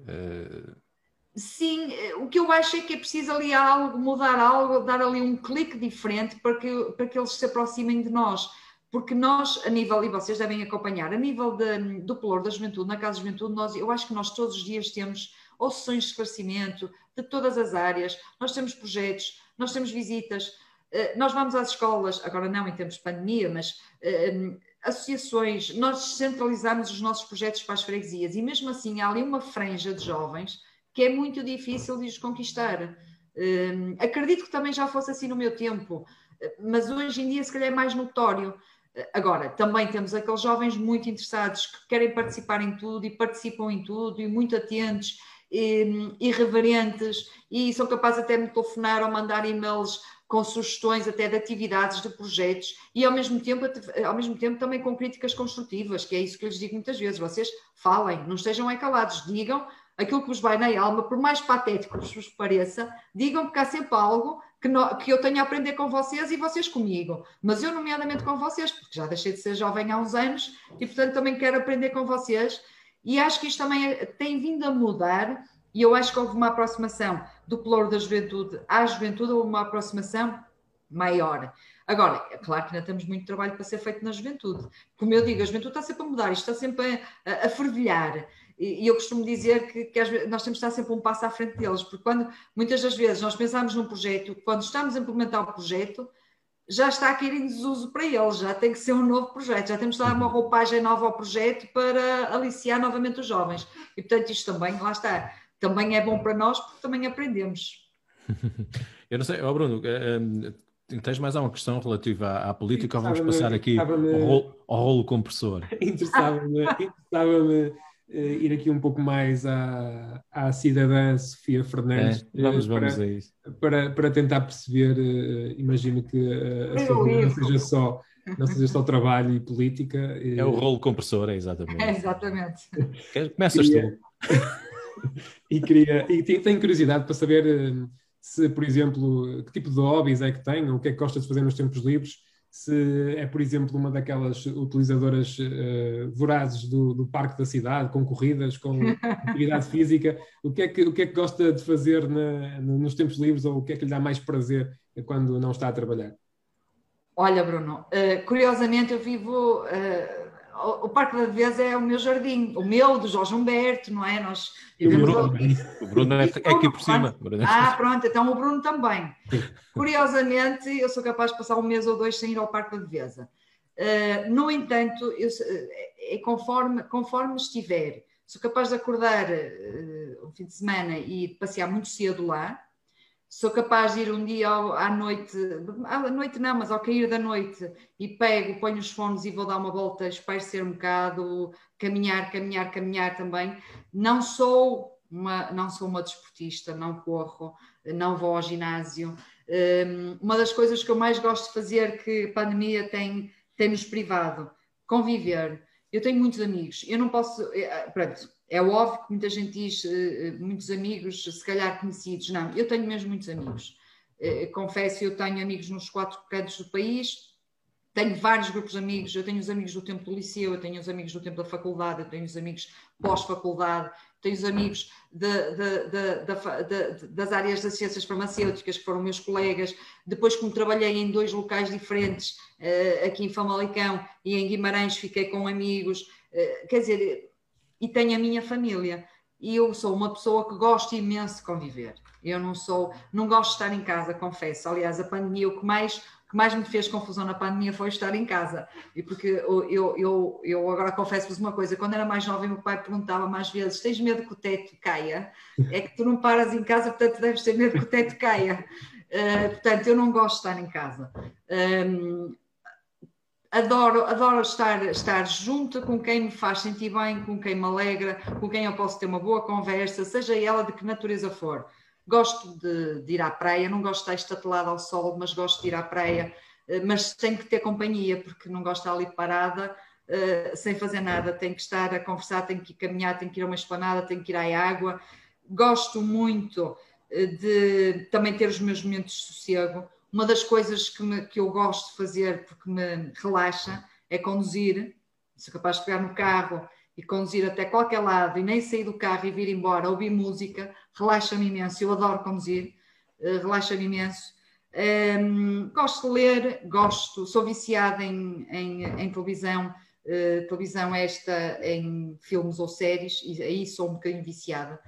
Sim, o que eu acho é que é preciso ali mudar algo, dar ali um clique diferente para que eles se aproximem de nós. Porque nós, a nível, e vocês devem acompanhar, a nível do Pelouro da Juventude, na Casa Juventude, eu acho que nós todos os dias temos ou sessões de esclarecimento de todas as áreas, nós temos projetos, nós temos visitas, nós vamos às escolas, agora não em tempos de pandemia, mas associações, nós centralizamos os nossos projetos para as freguesias e mesmo assim há ali uma franja de jovens que é muito difícil de os conquistar. Acredito que também já fosse assim no meu tempo, mas hoje em dia se calhar é mais notório. Agora, também temos aqueles jovens muito interessados que querem participar em tudo e participam em tudo e muito atentos, irreverentes e são capazes até de me telefonar ou mandar e-mails com sugestões até de atividades, de projetos e ao mesmo tempo também com críticas construtivas, que é isso que eu lhes digo muitas vezes, vocês falem, não estejam calados, digam aquilo que vos vai na alma, por mais patético que vos pareça, digam porque há sempre algo que eu tenho a aprender com vocês e vocês comigo, mas eu nomeadamente com vocês, porque já deixei de ser jovem há uns anos e portanto também quero aprender com vocês e acho que isto também tem vindo a mudar e eu acho que houve uma aproximação do Pelouro da Juventude à juventude, houve uma aproximação maior. Agora, é claro que ainda temos muito trabalho para ser feito na juventude. Como eu digo, a juventude está sempre a mudar, isto está sempre a fervilhar. E eu costumo dizer que nós temos que estar sempre um passo à frente deles, porque muitas das vezes nós pensamos num projeto, quando estamos a implementar o projeto, já está a cair em desuso para eles, já tem que ser um novo projeto, já temos de dar uma roupagem nova ao projeto para aliciar novamente os jovens. E portanto isto também, lá está, também é bom para nós porque também aprendemos. Eu não sei, Bruno, tens mais alguma questão relativa à política ou vamos passar aqui ao rolo compressor? Interessava-me ir aqui um pouco mais à cidadã Sofia Fernandes. Vamos a isso. Para tentar perceber, imagino que a sua vida não seja só trabalho e política. É o rolo compressor, exatamente. Exatamente. Começas tu. E tenho curiosidade para saber se, por exemplo, que tipo de hobbies é que tem, o que é que gosta de fazer nos tempos livres, se é, por exemplo, uma daquelas utilizadoras vorazes do parque da cidade, com corridas, com atividade física, o que é que gosta de fazer nos tempos livres ou o que é que lhe dá mais prazer quando não está a trabalhar? Olha, Bruno, curiosamente eu vivo... o Parque da Devesa é o meu jardim, o meu, do Jorge Humberto, não é? O Bruno é aqui por cima. Pronto, então o Bruno também. Curiosamente, eu sou capaz de passar um mês ou dois sem ir ao Parque da Devesa. No entanto, conforme estiver, sou capaz de acordar um fim de semana e de passear muito cedo lá. Sou capaz de ir um dia à noite não, mas ao cair da noite, e ponho os fones e vou dar uma volta, espairecer um bocado, caminhar também. Não sou uma desportista, não corro, não vou ao ginásio. Uma das coisas que eu mais gosto de fazer, que a pandemia tem-nos privado, conviver. Eu tenho muitos amigos, eu não posso... Pronto, é óbvio que muita gente diz, muitos amigos, se calhar conhecidos. Não, eu tenho mesmo muitos amigos. Confesso, eu tenho amigos nos 4 cantos do país, tenho vários grupos de amigos, eu tenho os amigos do tempo do liceu, eu tenho os amigos do tempo da faculdade, eu tenho os amigos pós-faculdade, tenho os amigos das áreas das ciências farmacêuticas, que foram meus colegas. Depois, como trabalhei em 2 locais diferentes, aqui em Famalicão e em Guimarães, fiquei com amigos. Quer dizer... E tenho a minha família. E eu sou uma pessoa que gosto imenso de conviver. Eu não gosto de estar em casa, confesso. Aliás, a pandemia, o que mais me fez confusão na pandemia foi estar em casa. E porque eu agora confesso-vos uma coisa: quando era mais jovem, meu pai perguntava mais vezes: tens medo que o teto caia? É que tu não paras em casa, portanto deves ter medo que o teto caia. Portanto, eu não gosto de estar em casa. Adoro estar junto com quem me faz sentir bem, com quem me alegra, com quem eu posso ter uma boa conversa, seja ela de que natureza for. Gosto de ir à praia, não gosto de estar estatelada ao sol, mas gosto de ir à praia, mas tenho que ter companhia, porque não gosto de estar ali parada, sem fazer nada. Tenho que estar a conversar, tenho que ir caminhar, tenho que ir a uma esplanada, tenho que ir à água. Gosto muito de também ter os meus momentos de sossego. Uma das coisas que eu gosto de fazer, porque me relaxa, é conduzir. Sou capaz de pegar no carro e conduzir até qualquer lado e nem sair do carro e vir embora, ouvir música, relaxa-me imenso. Eu adoro conduzir, relaxa-me imenso. Gosto de ler, sou viciada em televisão, televisão esta, em filmes ou séries, e aí sou um bocadinho viciada.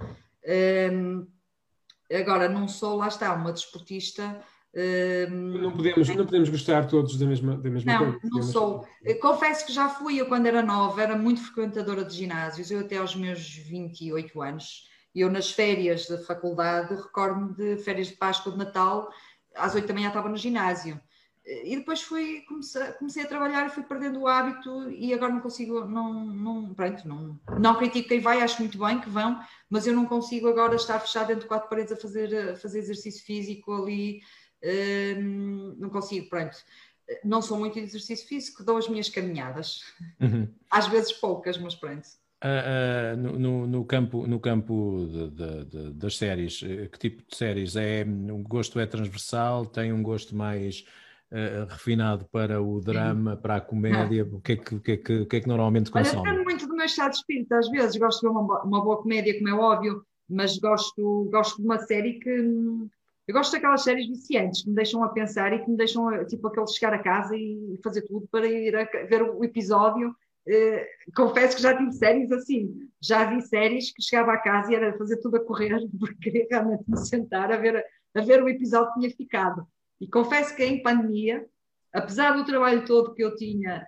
Agora, não sou, lá está, uma desportista. Não podemos gostar todos da mesma coisa. Não sou. Confesso que já fui, eu quando era nova, era muito frequentadora de ginásios. Eu até aos meus 28 anos, eu nas férias da faculdade, recordo-me de férias de Páscoa, de Natal, às 8 da manhã estava no ginásio. E depois comecei a trabalhar e fui perdendo o hábito, e agora não consigo, não critico quem vai, acho muito bem que vão, mas eu não consigo agora estar fechada dentro de 4 paredes a fazer exercício físico ali. Não consigo, pronto. Não sou muito de exercício físico, dou as minhas caminhadas. Às vezes poucas, mas pronto. No campo das séries, que tipo de séries? O gosto é transversal? Tem um gosto mais refinado para o drama, para a comédia? O que é que normalmente consome? Olha, depende muito do meu estado de espírito. Às vezes gosto de ver uma boa comédia, como é óbvio, mas gosto de uma série que... Eu gosto daquelas séries viciantes que me deixam a pensar e que me deixam, tipo, aquele chegar a casa e fazer tudo para ir a ver o episódio. Confesso que já tive séries assim. Já vi séries que chegava a casa e era fazer tudo a correr, porque queria realmente me sentar a ver o episódio que tinha ficado. E confesso que em pandemia, apesar do trabalho todo que eu tinha,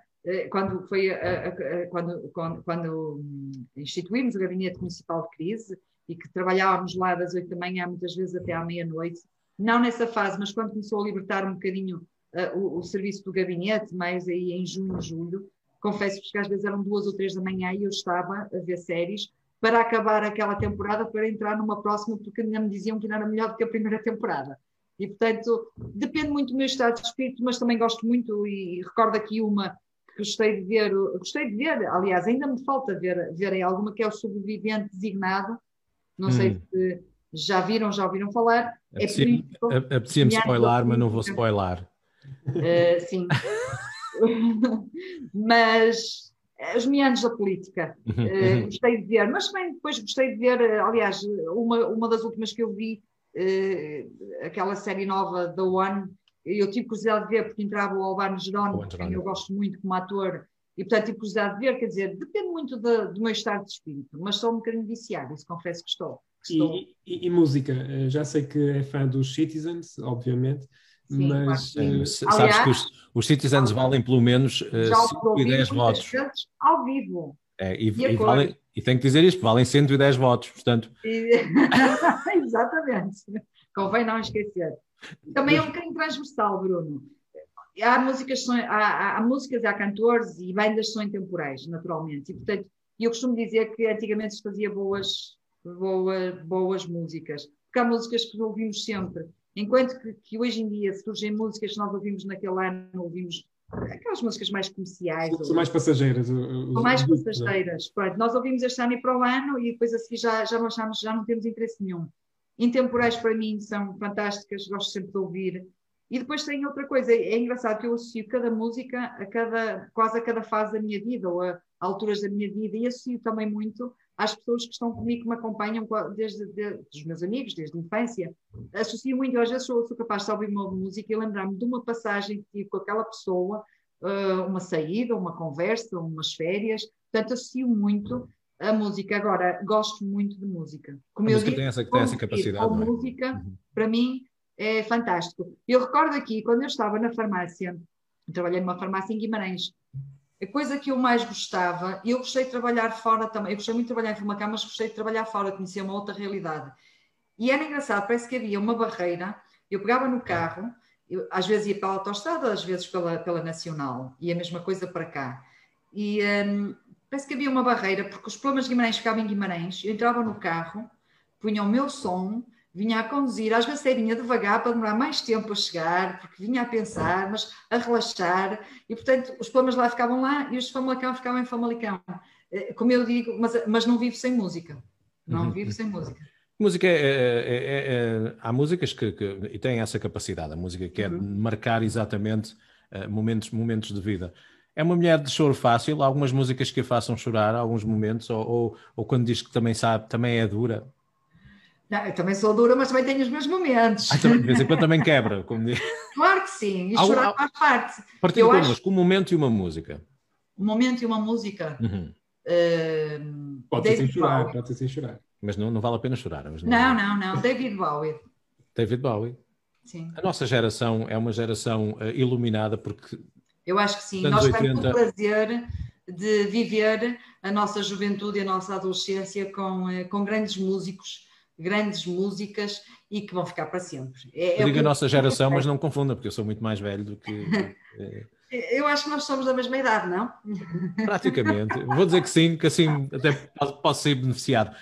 quando instituímos o Gabinete Municipal de Crise, e que trabalhávamos lá das 8 da manhã, muitas vezes até à meia-noite, não nessa fase, mas quando começou a libertar um bocadinho o serviço do gabinete, mais aí em junho, julho, confesso-vos que às vezes eram 2 ou 3 da manhã e eu estava a ver séries para acabar aquela temporada, para entrar numa próxima, porque ainda me diziam que ainda era melhor do que a primeira temporada. E, portanto, depende muito do meu estado de espírito, mas também gosto muito, e recordo aqui uma que gostei de ver, aliás, ainda me falta ver alguma, que é o Sobrevivente Designado. Não sei se já ouviram falar. Apetecia-me spoiler, mas não vou spoiler. Sim. Mas os meandros da política. Gostei de ver, mas também depois gostei de ver, aliás, uma das últimas que eu vi, aquela série nova da One, eu tive curiosidade de ver porque entrava o Albano Jerónimo, quem eu gosto muito como ator. E, portanto, tive curiosidade de ver, quer dizer, depende muito do meu estado de espírito, mas sou um bocadinho viciada, isso confesso que estou. E música? Já sei que é fã dos Citizens, obviamente. Sim, mas Sabes aliás, que os Citizens valem pelo menos já os 5 e 10 ouvi votos. vezes ao vivo. E tenho que dizer isto, valem 110 votos, portanto... Exatamente. Convém não esquecer. Também é um bocadinho transversal, Bruno. Há músicas e há cantores e bandas que são intemporais, naturalmente. E, portanto, eu costumo dizer que antigamente se fazia boas músicas. Porque há músicas que ouvimos sempre. Enquanto que hoje em dia surgem músicas que nós ouvimos naquele ano, ouvimos aquelas músicas mais comerciais. São mais passageiras. São mais passageiras. Pronto, nós ouvimos este ano e para o ano e depois a seguir já não temos interesse nenhum. Intemporais para mim são fantásticas, gosto sempre de ouvir. E depois tem outra coisa, é engraçado que eu associo cada música quase a cada fase da minha vida ou a alturas da minha vida e associo também muito às pessoas que estão comigo, que me acompanham desde os meus amigos, desde a infância. Associo muito, às vezes sou capaz de ouvir uma música e lembrar-me de uma passagem que tive com aquela pessoa, uma saída, uma conversa, umas férias. Portanto, associo muito a música. Agora, gosto muito de música. Como A eu música digo, tem essa capacidade, com não é? música, para mim, é fantástico. Eu recordo aqui, quando eu estava na farmácia, trabalhei numa farmácia em Guimarães, a coisa que eu mais gostava, e eu gostei de trabalhar fora também, eu gostei muito de trabalhar em Famalicão, mas gostei de trabalhar fora, conhecer uma outra realidade. E era engraçado, parece que havia uma barreira, eu pegava no carro, às vezes ia pela autoestrada, às vezes pela Nacional, e a mesma coisa para cá. E parece que havia uma barreira, porque os problemas de Guimarães ficavam em Guimarães, eu entrava no carro, punha o meu som, vinha a conduzir, às vezes até vinha devagar para demorar mais tempo a chegar, porque vinha a pensar, mas a relaxar, e portanto os problemas lá ficavam lá e os de Famalicão ficavam em Famalicão. Como eu digo, mas não vivo sem música. Não vivo sem música. Música há músicas que têm essa capacidade, a música quer marcar exatamente momentos de vida. É uma mulher de choro fácil, há algumas músicas que a façam chorar, alguns momentos, ou quando diz que também sabe, também é dura. Não, eu também sou dura, mas também tenho os meus momentos. Também, de vez em quando também quebra, como diz. Claro que sim, e chorar faz parte. Partilha connosco um momento e uma música. Um momento e uma música. Pode ser sem chorar. Mas não vale a pena chorar. Mas não. David Bowie. David Bowie. Sim. A nossa geração é uma geração iluminada porque... Eu acho que sim. Nós temos o prazer de viver a nossa juventude e a nossa adolescência com grandes músicos, grandes músicas e que vão ficar para sempre. Eu digo a nossa geração, mas não confunda, porque eu sou muito mais velho do que... Eu acho que nós somos da mesma idade, não? Praticamente. Vou dizer que sim, que assim até posso ser beneficiado.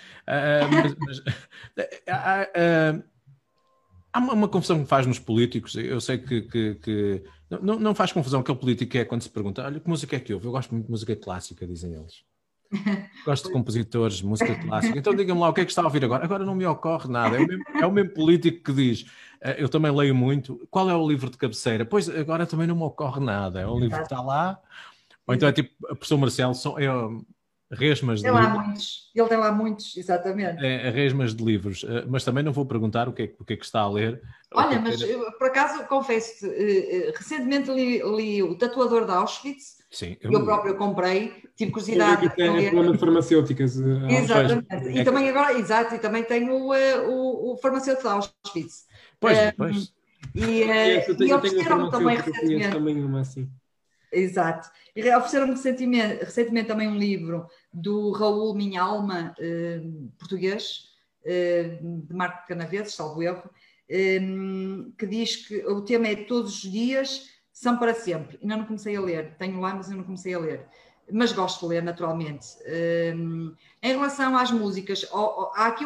Há uma confusão que faz nos políticos. Eu sei que não faz confusão aquele político que é quando se pergunta: olha, que música é que ouve? Eu gosto muito de música clássica, dizem eles. Gosto de compositores de música clássica. Então diga-me lá, o que é que está a ouvir agora? Agora não me ocorre nada. É o mesmo político que diz: eu também leio muito. Qual é o livro de cabeceira? Pois agora também não me ocorre nada. É um livro que está lá. Ou então é tipo o professor Marcelo, resmas de livros. Ele tem lá muitos, exatamente. Resmas de livros, mas também não vou perguntar o que é que está a ler. Olha, mas eu, por acaso, confesso-te, recentemente li O Tatuador de Auschwitz. Sim, eu próprio comprei, tive curiosidade. Tem problemas farmacêuticas. Exatamente. E também agora, exato, e também tenho o farmacêutico de Auschwitz. Pois. E ofereceram-me também recentemente. Também uma assim. Exato. E ofereceram-me recentemente também um livro do Raul Minha Alma, português, de Marco Canaveses, salvo erro, que diz que o tema é Todos os Dias São para Sempre. Ainda não comecei a ler. Tenho lá, mas eu não comecei a ler. Mas gosto de ler, naturalmente. Em relação às músicas, há aqui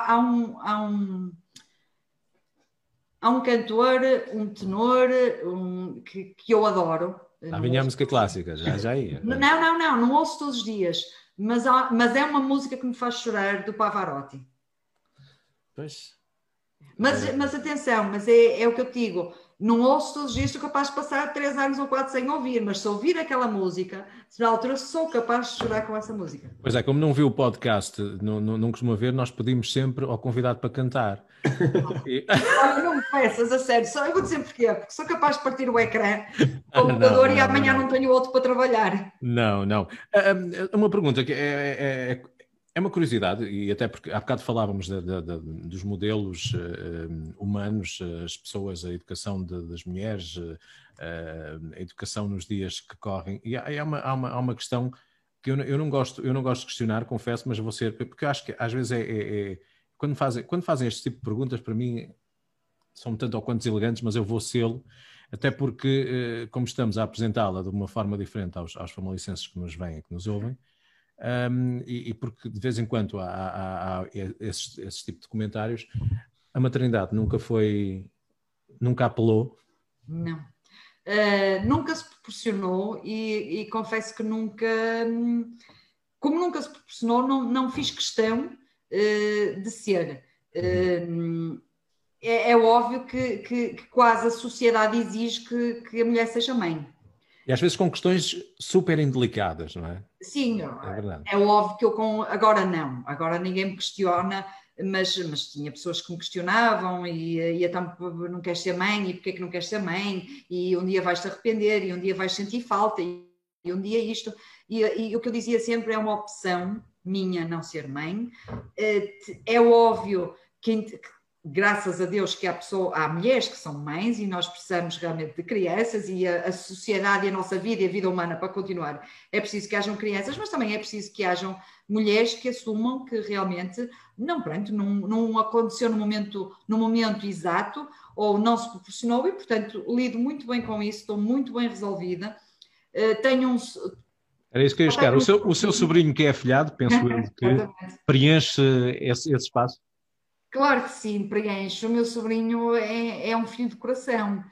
há um cantor, um tenor, que eu adoro. Vinha a música clássica, já ia. Não ouço todos os dias, mas é uma música que me faz chorar, do Pavarotti. Pois. Mas atenção, mas é o que eu te digo, não ouço todos os dias, sou capaz de passar 3 anos ou 4 sem ouvir, mas se ouvir aquela música, na altura sou capaz de chorar com essa música. Pois é, como não viu o podcast, não costuma ver, nós pedimos sempre ao convidado para cantar. Olha, não me peças, a sério, eu vou dizer porquê, porque sou capaz de partir o ecrã do computador e amanhã não tenho outro para trabalhar. Não. Uma pergunta que É uma curiosidade, e até porque há bocado falávamos dos modelos humanos, as pessoas, a educação das mulheres, a educação nos dias que correm, e há uma questão que eu não gosto de questionar, confesso, mas vou ser, porque eu acho que às vezes quando fazem este tipo de perguntas, para mim são tanto ou quanto deselegantes, mas eu vou sê-lo, até porque, como estamos a apresentá-la de uma forma diferente aos famalicenses que nos veem e que nos ouvem, e porque de vez em quando há esse tipo de comentários, a maternidade nunca apelou. Não. Nunca se proporcionou e confesso que como nunca se proporcionou, não fiz questão de ser. É óbvio que quase a sociedade exige que a mulher seja mãe. E às vezes com questões super indelicadas, não é? Sim, é verdade. É óbvio que agora não, agora ninguém me questiona, mas tinha pessoas que me questionavam e então não queres ser mãe, e porquê que não queres ser mãe, e um dia vais-te arrepender, e um dia vais sentir falta, e um dia isto, e o que eu dizia sempre é uma opção minha não ser mãe. É óbvio que graças a Deus que há mulheres que são mães e nós precisamos realmente de crianças e a sociedade e a nossa vida e a vida humana para continuar. É preciso que hajam crianças, mas também é preciso que hajam mulheres que assumam que realmente não aconteceu no momento exato ou não se proporcionou e, portanto, lido muito bem com isso, estou muito bem resolvida. Era isso que eu ia chegar. O seu sobrinho que é afilhado, penso eu, que preenche esse espaço. Claro que sim, preenche. O meu sobrinho é um filho de coração.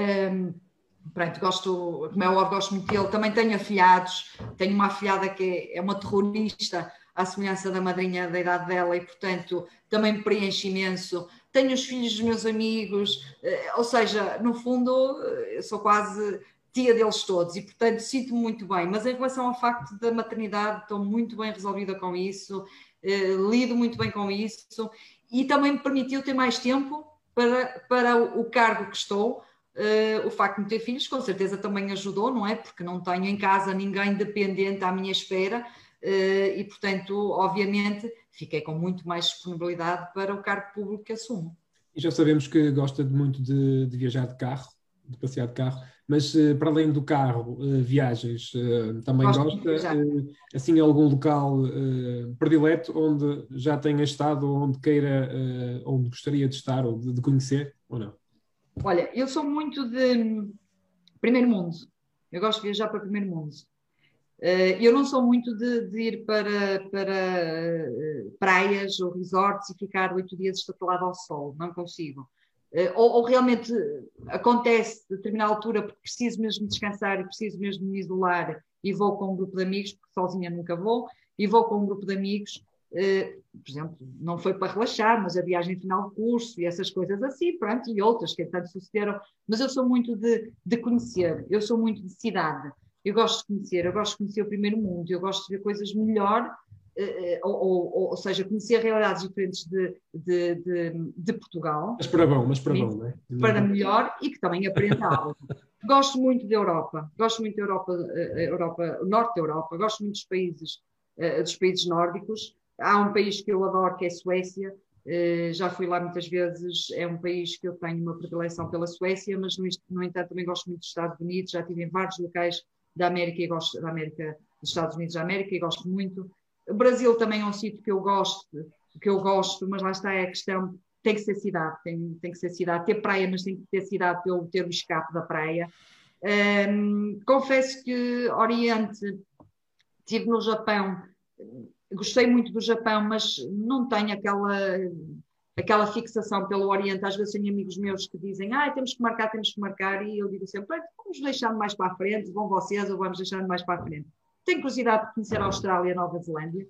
Como é óbvio, gosto muito dele. Também tenho afilhados. Tenho uma afilhada que é uma terrorista, à semelhança da madrinha da idade dela, e, portanto, também me preenche imenso. Tenho os filhos dos meus amigos, ou seja, no fundo, eu sou quase tia deles todos e, portanto, sinto-me muito bem. Mas em relação ao facto da maternidade, estou muito bem resolvida com isso, lido muito bem com isso. E também me permitiu ter mais tempo para o cargo que estou. O facto de não ter filhos, com certeza, também ajudou, não é? Porque não tenho em casa ninguém dependente à minha espera e, portanto, obviamente, fiquei com muito mais disponibilidade para o cargo público que assumo. E já sabemos que gosta muito de viajar de carro, de passear de carro, mas para além do carro, viagens, também gosta? Assim, algum local predileto onde já tenha estado, ou onde queira, onde gostaria de estar ou de conhecer, ou não? Olha, eu sou muito de primeiro mundo. Eu gosto de viajar para primeiro mundo. Eu não sou muito de ir para praias ou resorts e ficar 8 dias estatelado ao sol. Não consigo. Ou realmente acontece a determinada altura porque preciso mesmo descansar e preciso mesmo me isolar e vou com um grupo de amigos, porque sozinha nunca vou, e vou com um grupo de amigos, por exemplo, não foi para relaxar, mas a viagem final de curso e essas coisas assim, pronto, e outras que tanto sucederam, mas eu sou muito de conhecer, eu sou muito de cidade, eu gosto de conhecer o primeiro mundo, eu gosto de ver coisas melhor, ou seja, conhecer realidades diferentes de Portugal. Mas para bom, não é? Para melhor e que também aprenda algo. Gosto muito da Europa, norte da Europa, gosto muito dos países nórdicos. Há um país que eu adoro, que é a Suécia. Já fui lá muitas vezes, é um país que eu tenho uma predileção pela Suécia, mas no entanto também gosto muito dos Estados Unidos, já estive em vários locais da América e gosto dos Estados Unidos da América e gosto muito. O Brasil também é um sítio que eu gosto, mas lá está a questão, tem que ser cidade, tem que ser cidade, ter praia, mas tem que ter cidade para eu ter o escape da praia. Confesso que Oriente, estive no Japão, gostei muito do Japão, mas não tenho aquela fixação pelo Oriente. Às vezes tenho amigos meus que dizem, temos que marcar, e eu digo sempre, vamos deixando mais para a frente, vão vocês ou vamos deixando mais para a frente. Tenho curiosidade de conhecer a Austrália e a Nova Zelândia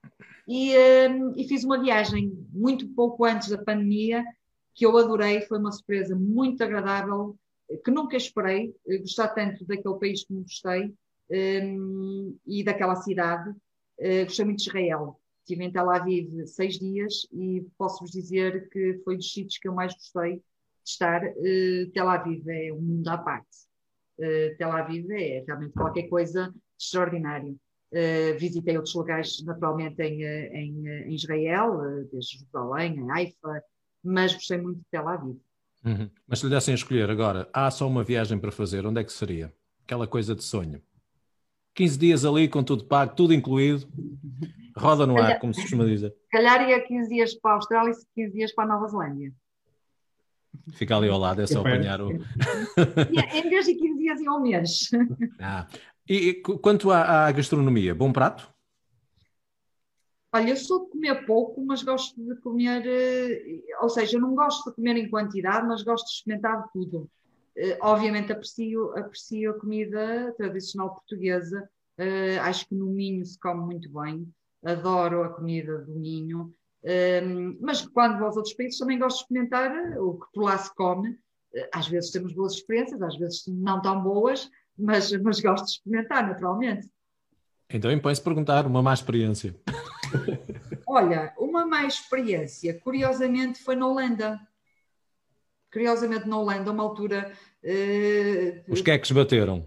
e fiz uma viagem muito pouco antes da pandemia que eu adorei, foi uma surpresa muito agradável, que nunca esperei gostar tanto daquele país como gostei e daquela cidade. Gostei muito de Israel. Estive em Tel Aviv 6 dias e posso-vos dizer que foi dos sítios que eu mais gostei de estar. Tel Aviv é um mundo à parte. Tel Aviv é realmente qualquer coisa extraordinário. Visitei outros lugares, naturalmente, em Israel, desde Jerusalém, em Haifa, mas gostei muito de Tel Aviv. Mas se lhe dessem a escolher agora, há só uma viagem para fazer, onde é que seria? Aquela coisa de sonho. 15 dias ali, com tudo pago, tudo incluído, roda no ar, como se costuma dizer. Se calhar ia 15 dias para a Austrália e 15 dias para a Nova Zelândia. Fica ali ao lado, é só apanhar o... Em vez de 15 dias, iam ao mês. E quanto à gastronomia, bom prato? Olha, eu sou de comer pouco, mas gosto de comer, ou seja, eu não gosto de comer em quantidade, mas gosto de experimentar tudo. Obviamente aprecio a comida tradicional portuguesa, acho que no Minho se come muito bem, adoro a comida do Minho, mas quando vou aos outros países também gosto de experimentar o que por lá se come. Às vezes temos boas experiências, às vezes não tão boas, mas gosto de experimentar, naturalmente. Então impõe-se perguntar, uma má experiência. Olha, uma má experiência, curiosamente, foi na Holanda. Curiosamente, na Holanda, uma altura... Os queques bateram.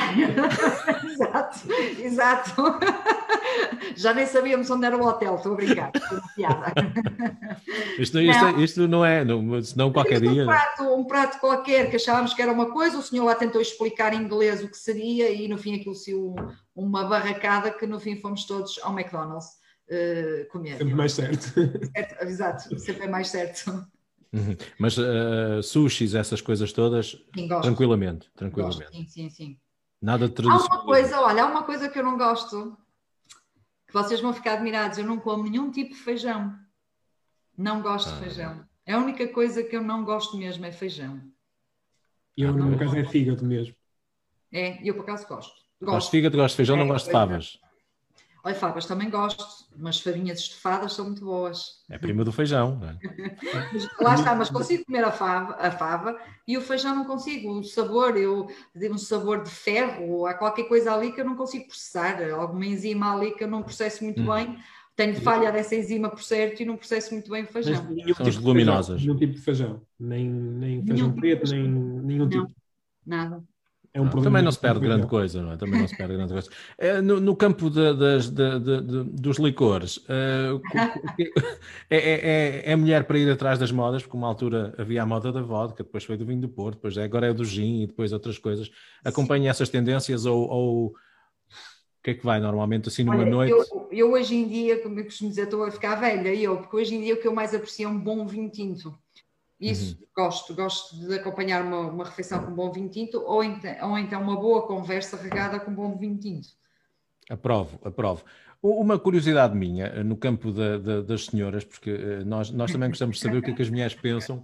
Exato. Já nem sabíamos onde era o hotel, estou a brincar. Estou uma piada. Isto não é, senão qualquer dia... Um prato qualquer que achávamos que era uma coisa, o senhor lá tentou explicar em inglês o que seria e no fim aquilo saiu uma barracada que no fim fomos todos ao McDonald's comer. Sempre mais certo. Exato, sempre é mais certo. Mas sushis, essas coisas todas, sim, tranquilamente. Gosto, sim. Nada de tradicional. Há uma coisa que eu não gosto, que vocês vão ficar admirados, eu não como nenhum tipo de feijão. Não gosto de feijão. É a única coisa que eu não gosto mesmo, é feijão. Eu, no meu caso, é fígado mesmo. Eu por acaso gosto. Gosto de fígado, gosto de feijão, não gosto de favas. Olha, favas também gosto, mas farinhas estofadas são muito boas. É prima do feijão, não é? Lá está, mas consigo comer a fava e o feijão não consigo. O sabor, um sabor de ferro, há qualquer coisa ali que eu não consigo processar, alguma enzima ali que eu não processo muito bem. Tenho falha dessa enzima por certo e não processo muito bem o feijão. São as luminosas. Nenhum tipo de feijão, nem feijão preto, nem nenhum tipo. Nada. É um também não se perde grande coisa, não é? Também não se perde grande coisa. No campo dos licores, é mulher para ir atrás das modas, porque uma altura havia a moda da vodka, depois foi do vinho do Porto, depois agora é do gin e depois outras coisas. Acompanha essas tendências ou o que é que vai normalmente assim numa noite? Eu hoje em dia, como eu costumo dizer, estou a ficar velha, porque hoje em dia o que eu mais aprecio é um bom vinho tinto. Isso, gosto de acompanhar uma refeição com um bom vinho tinto ou então uma boa conversa regada com um bom vinho tinto. Aprovo. Uma curiosidade minha, no campo das senhoras, porque nós também gostamos de saber o que é que as mulheres pensam.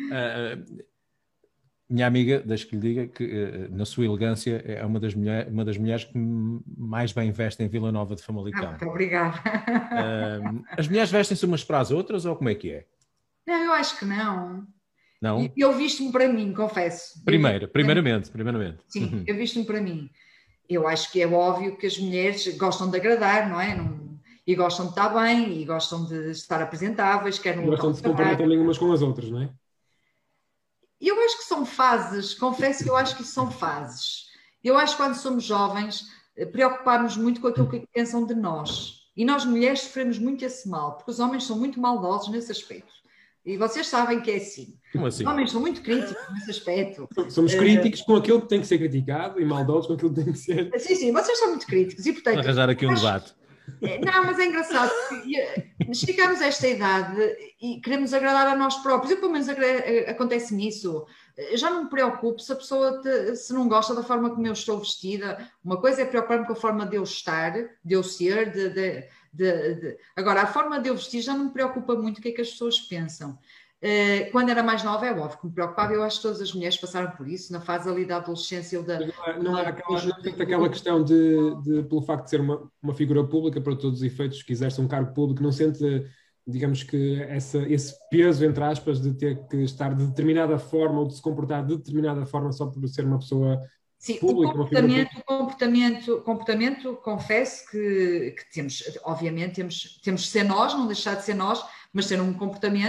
Minha amiga, deixa que lhe diga que na sua elegância é uma das mulheres que mais bem vestem em Vila Nova de Famalicão. Muito obrigada. As mulheres vestem-se umas para as outras ou como é que é? Não, eu acho que não. Não? Eu visto-me para mim, confesso. Primeiramente. Sim, eu visto-me para mim. Eu acho que é óbvio que as mulheres gostam de agradar, não é? E gostam de estar bem, e gostam de estar apresentáveis, querem gostam de se comparar também umas com as outras, não é? Eu acho que são fases, confesso que eu acho que são fases. Eu acho que quando somos jovens, preocupamos muito com aquilo que pensam de nós. E nós mulheres sofremos muito esse mal, porque os homens são muito maldosos nesse aspecto. E vocês sabem que é assim. Como assim? Os homens são muito críticos nesse aspecto. Somos críticos com aquilo que tem que ser criticado e maldosos com aquilo que tem que ser... Sim, vocês são muito críticos. E, portanto, arranjar aqui um debate. Não, mas é engraçado. Chegamos a esta idade e queremos agradar a nós próprios. Eu, pelo menos, acontece-me isso. Eu já não me preocupo se a pessoa se não gosta da forma como eu estou vestida. Uma coisa é preocupar-me com a forma de eu estar, de eu ser, Agora, a forma de eu vestir já não me preocupa muito o que é que as pessoas pensam. Quando era mais nova, é óbvio que me preocupava. Eu acho que todas as mulheres passaram por isso, na fase ali da adolescência. Não há aquela questão de pelo facto de ser uma figura pública, para todos os efeitos, que exerce um cargo público, não sente, digamos que, esse peso, entre aspas, de ter que estar de determinada forma ou de se comportar de determinada forma só por ser uma pessoa... Sim, público, o comportamento, confesso que temos, obviamente, temos de ser nós, não deixar de ser nós, mas ter um comportamento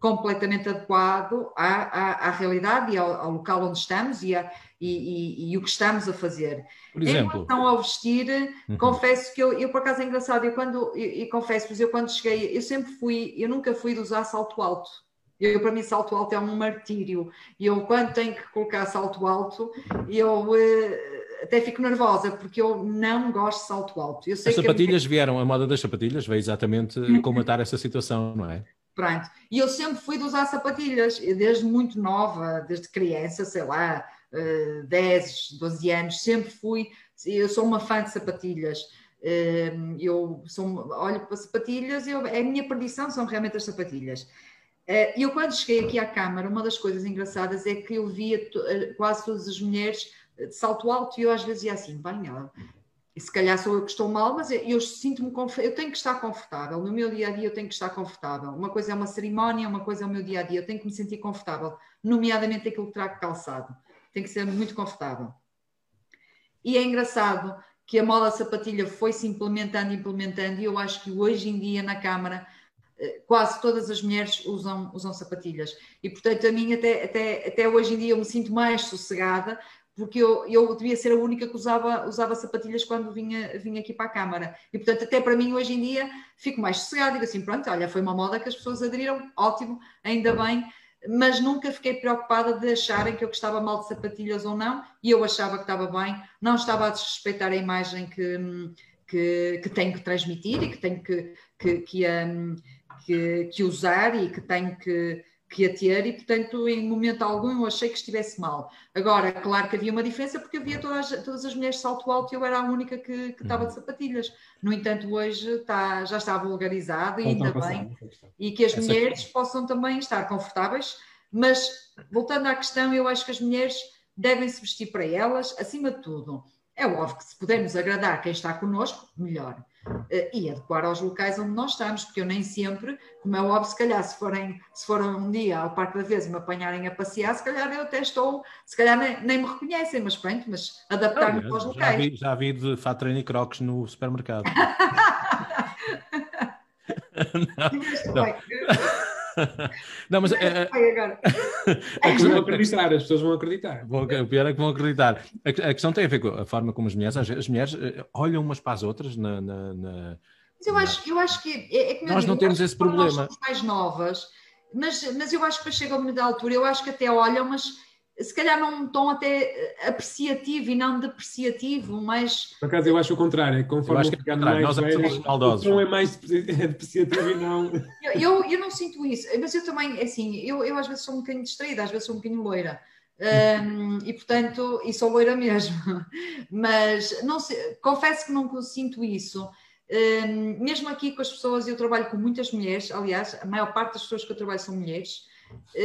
completamente adequado à realidade e ao local onde estamos e o que estamos a fazer. Por exemplo, em relação ao vestir, confesso que eu por acaso é engraçado, confesso-vos, eu quando cheguei, eu nunca fui de usar salto alto. Para mim salto alto é um martírio. Eu quando tenho que colocar salto alto, eu até fico nervosa, porque eu não gosto de salto alto. Eu sei as sapatilhas vieram, a moda das sapatilhas veio exatamente combater essa situação, não é? Pronto. E eu sempre fui de usar sapatilhas, desde muito nova, desde criança, sei lá, 10, 12 anos, sempre fui. Eu sou uma fã de sapatilhas. Olho para sapatilhas, a minha perdição são realmente as sapatilhas. Eu quando cheguei aqui à Câmara, uma das coisas engraçadas é que eu via quase todas as mulheres de salto alto e eu às vezes ia assim, bem, e se calhar sou eu que estou mal, mas eu sinto-me confortável, eu tenho que estar confortável, no meu dia-a-dia eu tenho que estar confortável. Uma coisa é uma cerimónia, uma coisa é o meu dia-a-dia, eu tenho que me sentir confortável, nomeadamente aquilo que trago calçado, tem que ser muito confortável. E é engraçado que a moda sapatilha foi-se implementando, e eu acho que hoje em dia na Câmara quase todas as mulheres usam sapatilhas. E, portanto, a mim até hoje em dia eu me sinto mais sossegada, porque eu devia ser a única que usava sapatilhas quando vinha aqui para a Câmara. E, portanto, até para mim hoje em dia fico mais sossegada. Digo assim, pronto, olha, foi uma moda que as pessoas aderiram, ótimo, ainda bem. Mas nunca fiquei preocupada de acharem que eu gostava mal de sapatilhas ou não. E eu achava que estava bem. Não estava a desrespeitar a imagem que tenho que transmitir e que tenho que usar e que tenho que a ter, e portanto em momento algum eu achei que estivesse mal. Agora, claro que havia uma diferença, porque eu via todas as mulheres de salto alto e eu era a única que estava de sapatilhas. No entanto, hoje já está vulgarizado e ainda bem, e que as mulheres possam também estar confortáveis, mas voltando à questão, eu acho que as mulheres devem se vestir para elas, acima de tudo. É óbvio que se pudermos agradar quem está connosco, melhor. E adequar aos locais onde nós estamos, porque eu nem sempre, como é óbvio, se calhar se forem um dia ao Parque da Vez e me apanharem a passear, se calhar eu até estou, se calhar nem me reconhecem, mas pronto, mas adaptar-me aos locais. Já vi de fato treino e crocs no supermercado. Não, mas vão acreditar, as pessoas vão acreditar. O pior é que vão acreditar. A questão tem a ver com a forma como as mulheres olham umas para as outras Mas eu acho que nós não temos esse problema. Nós somos mais novas, mas eu acho que chega a uma altura, eu acho que até olham, mas se calhar num tom até apreciativo e não depreciativo, mas... Por acaso eu acho o contrário, é conforme nós somos maldosos. O tom é mais depreciativo e não... Eu não sinto isso, mas eu também, assim, eu às vezes sou um bocadinho distraída, às vezes sou um bocadinho loira. E portanto, e sou loira mesmo, mas não sei, confesso que não sinto isso. Mesmo aqui com as pessoas, eu trabalho com muitas mulheres, aliás, a maior parte das pessoas que eu trabalho são mulheres.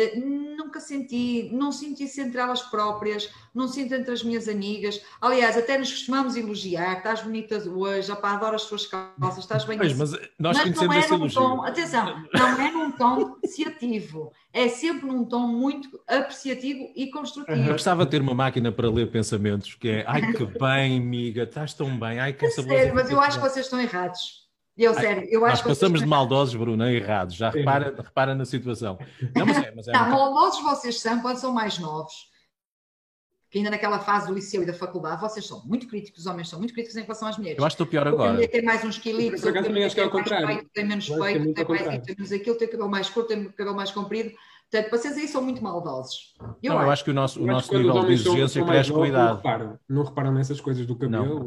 Não sinto isso entre elas próprias, não sinto entre as minhas amigas. Aliás, até nos costumamos elogiar, estás bonita hoje, adoro as tuas calças, estás bem assim. Mas nós conhecemos esse elogio. Tom, atenção, não é num tom depreciativo, é sempre num tom muito apreciativo e construtivo. Eu gostava de ter uma máquina para ler pensamentos, que é, ai que bem, amiga, estás tão bem, ai que essa sério, mas eu acho que vocês estão errados. Nós passamos de maldosos, Bruna, errados. Já repara na situação. Maldosos vocês são quando são mais novos, que ainda naquela fase do liceu e da faculdade, vocês são muito críticos, os homens são muito críticos em relação às mulheres. Eu acho que estou pior agora. Tem mais uns quilitos, também acho que é ao contrário. Tem menos peito, tem mais isso, tem menos aquilo, tem cabelo mais curto, tem cabelo mais comprido. Portanto, vocês aí são muito maldosos. Eu acho que o nosso nível de exigência cresce com a idade. Não reparam nessas coisas do cabelo?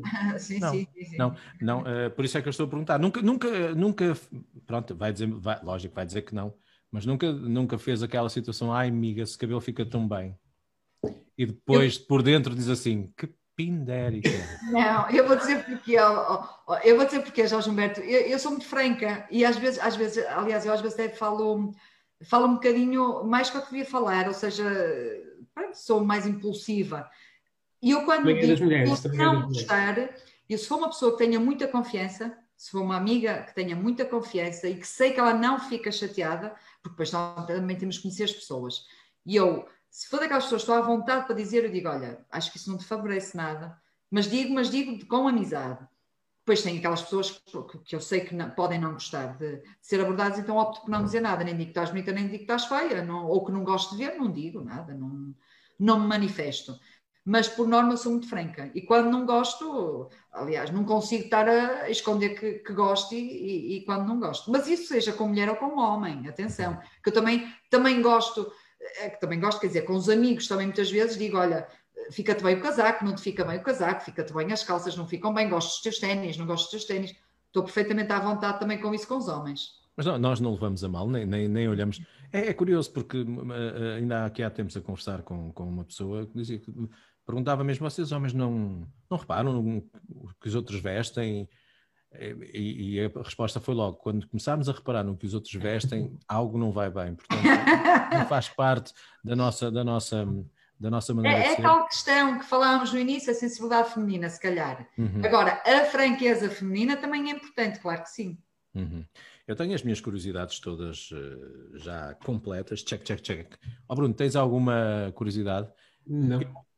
Não. Por isso é que eu estou a perguntar. Nunca pronto, vai dizer que não, mas nunca fez aquela situação, ai amiga, esse cabelo fica tão bem. E depois, por dentro, diz assim, que pindérica. Não, eu vou dizer porque, Jorge Humberto, eu sou muito franca e às vezes, aliás, eu às vezes até falo um bocadinho mais que eu devia falar, ou seja, sou mais impulsiva. E eu quando não gostar, se for uma pessoa que tenha muita confiança, se for uma amiga que tenha muita confiança e que sei que ela não fica chateada, porque depois nós também temos que conhecer as pessoas. E se for daquelas pessoas que estou à vontade para dizer, eu digo, olha, acho que isso não te favorece nada, mas digo com amizade. Depois tem aquelas pessoas que eu sei que podem não gostar de ser abordadas, então opto por não dizer nada, nem digo que estás bonita, nem digo que estás feia, ou que não gosto de ver, não digo nada, não me manifesto. Mas por norma eu sou muito franca, e quando não gosto, aliás, não consigo estar a esconder que gosto e quando não gosto. Mas isso seja com mulher ou com homem, atenção, que eu também gosto, quer dizer, com os amigos também muitas vezes digo, olha, fica-te bem o casaco, não te fica bem o casaco, fica-te bem as calças, não ficam bem, gosto dos teus ténis, não gosto dos teus ténis. Estou perfeitamente à vontade também com isso com os homens. Mas nós não levamos a mal, nem olhamos. É curioso, porque ainda aqui há tempos a conversar com uma pessoa que dizia que perguntava mesmo, vocês homens não reparam no que os outros vestem? E a resposta foi logo, quando começarmos a reparar no que os outros vestem, algo não vai bem. Portanto, não faz parte da nossa maneira de ser. É tal questão que falámos no início, a sensibilidade feminina, se calhar. Agora, a franqueza feminina também é importante, claro que sim. Eu tenho as minhas curiosidades todas já completas. Check. Bruno, tens alguma curiosidade? Não.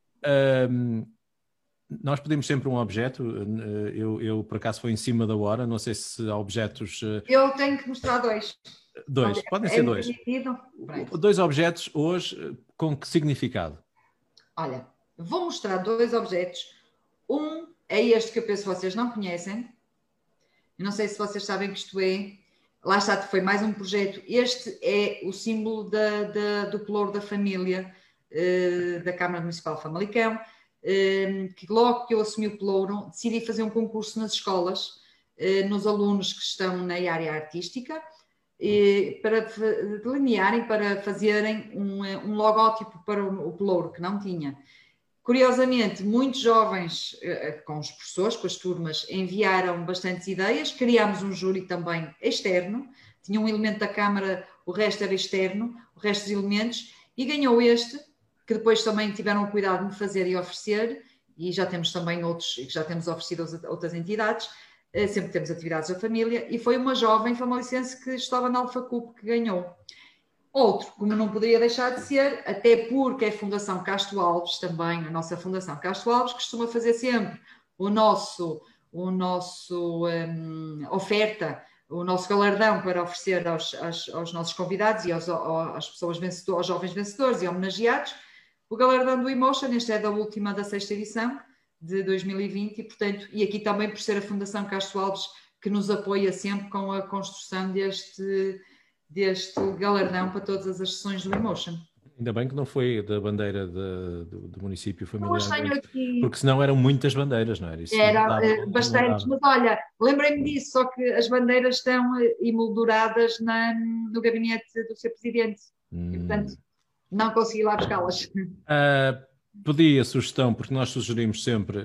Nós pedimos sempre um objeto. Eu por acaso foi em cima da hora. Não sei se há objetos. Eu tenho que mostrar dois. Dois, podem ser dois. Dois objetos hoje, com que significado? Olha, vou mostrar dois objetos. Um é este que eu penso que vocês não conhecem. Eu não sei se vocês sabem que isto é. Lá está, foi mais um projeto. Este é o símbolo do pelouro da família da Câmara Municipal de Famalicão, que logo que eu assumi o pelouro, decidi fazer um concurso nas escolas, nos alunos que estão na área artística, para delinearem, para fazerem um logótipo para o pelouro, que não tinha. Curiosamente, muitos jovens, com os professores, com as turmas, enviaram bastantes ideias, criámos um júri também externo, tinha um elemento da Câmara, o resto era externo, o resto dos elementos, e ganhou este, que depois também tiveram o cuidado de me fazer e oferecer, e já temos também outros, que já temos oferecido a outras entidades, sempre temos atividades da família, e foi uma jovem famalicense que estava na Alfacup que ganhou. Outro, como não poderia deixar de ser, até porque é a Fundação Castro Alves também, a nossa Fundação Castro Alves, costuma fazer sempre o nosso oferta, o nosso galardão para oferecer aos nossos convidados e às pessoas vencedoras, aos jovens vencedores e homenageados, o galardão do Emotion. Este é da última, da 6ª edição de 2020 e, portanto, e aqui também por ser a Fundação Castro Alves que nos apoia sempre com a construção deste galardão para todas as sessões do Emotion. Ainda bem que não foi da bandeira do município familiar, aqui... porque senão eram muitas bandeiras, não era? Isso era bastantes, mas olha, lembrei-me disso, só que as bandeiras estão emolduradas no gabinete do Sr. Presidente, e portanto não consegui lá buscá-las. Pedi a sugestão, porque nós sugerimos sempre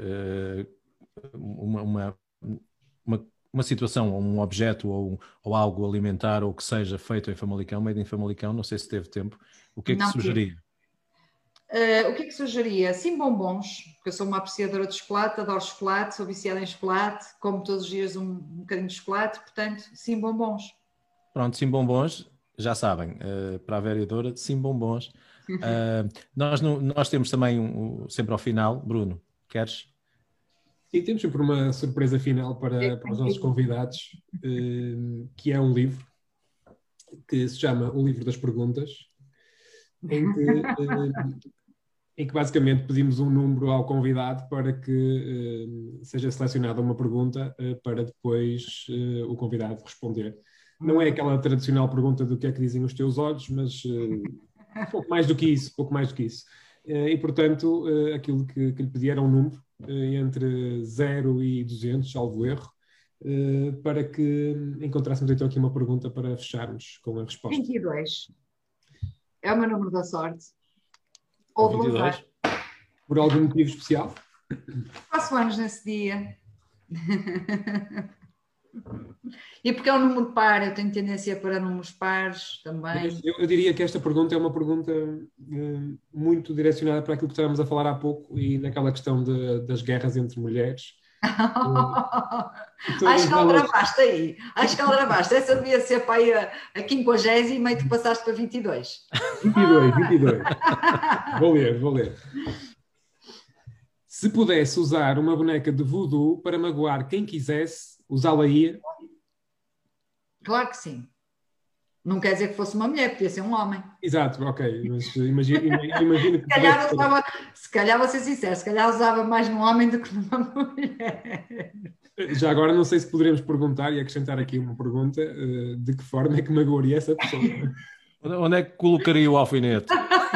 uma situação, ou um objeto, ou algo alimentar, ou que seja feito em Famalicão, made in Famalicão. Não sei se teve tempo. O que é que sugeria? O que é que sugeria? Sim, bombons, porque eu sou uma apreciadora de chocolate, adoro chocolate, sou viciada em chocolate, como todos os dias um bocadinho de chocolate, portanto, sim, bombons. Pronto, sim, bombons, já sabem, para a vereadora, sim, bombons. Nós temos também, sempre ao final, Bruno, queres? Sim, temos sempre uma surpresa final para os nossos convidados, que é um livro que se chama O Livro das Perguntas, em que basicamente pedimos um número ao convidado para que seja selecionada uma pergunta para depois o convidado responder. Não é aquela tradicional pergunta do que é que dizem os teus olhos, mas pouco mais do que isso. E, portanto, aquilo que lhe pedi era um número entre 0 e 200, salvo erro, para que encontrássemos então aqui uma pergunta para fecharmos com a resposta. 22. É o meu número da sorte. Ou do azar. Por algum motivo especial? Faço anos nesse dia. E porque é um número par, eu tenho tendência para números pares também. Eu diria que esta pergunta é uma pergunta muito direcionada para aquilo que estávamos a falar há pouco e naquela questão das guerras entre mulheres. Acho que aldrabaste aí. Acho que aldrabaste. Essa devia ser para aí a 50ª e tu passaste para 22. 22. Vou ler. Se pudesse usar uma boneca de voodoo para magoar quem quisesse, usá-la-ia? Claro que sim. Não quer dizer que fosse uma mulher, podia ser um homem. Exato, ok. Mas imagino que Se calhar vou ser sincero, se calhar usava mais num homem do que numa mulher. Já agora não sei se poderemos perguntar e acrescentar aqui uma pergunta, de que forma é que magoaria essa pessoa? Onde é que colocaria o alfinete?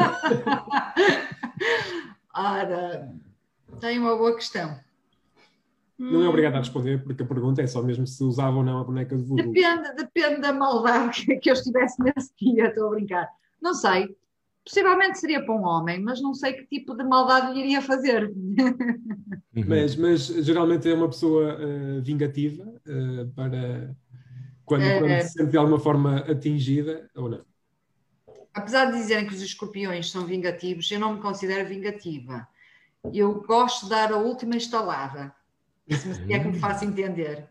Ora, tem uma boa questão. Não é obrigado a responder, porque a pergunta é só mesmo se usava ou não a boneca de voodoo. Depende da maldade que eu estivesse nesse dia, estou a brincar. Não sei. Possivelmente seria para um homem, mas não sei que tipo de maldade lhe iria fazer. Mas geralmente é uma pessoa vingativa para quando se sente de alguma forma atingida ou não. Apesar de dizerem que os escorpiões são vingativos, eu não me considero vingativa. Eu gosto de dar a última estalada. Se é que me faço entender.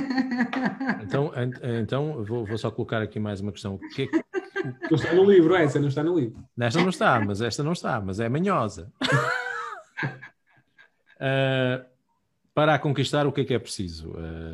Então vou só colocar aqui mais uma questão. Não está no livro, essa não está no livro. Esta não está, mas é manhosa. Para a conquistar, o que é preciso?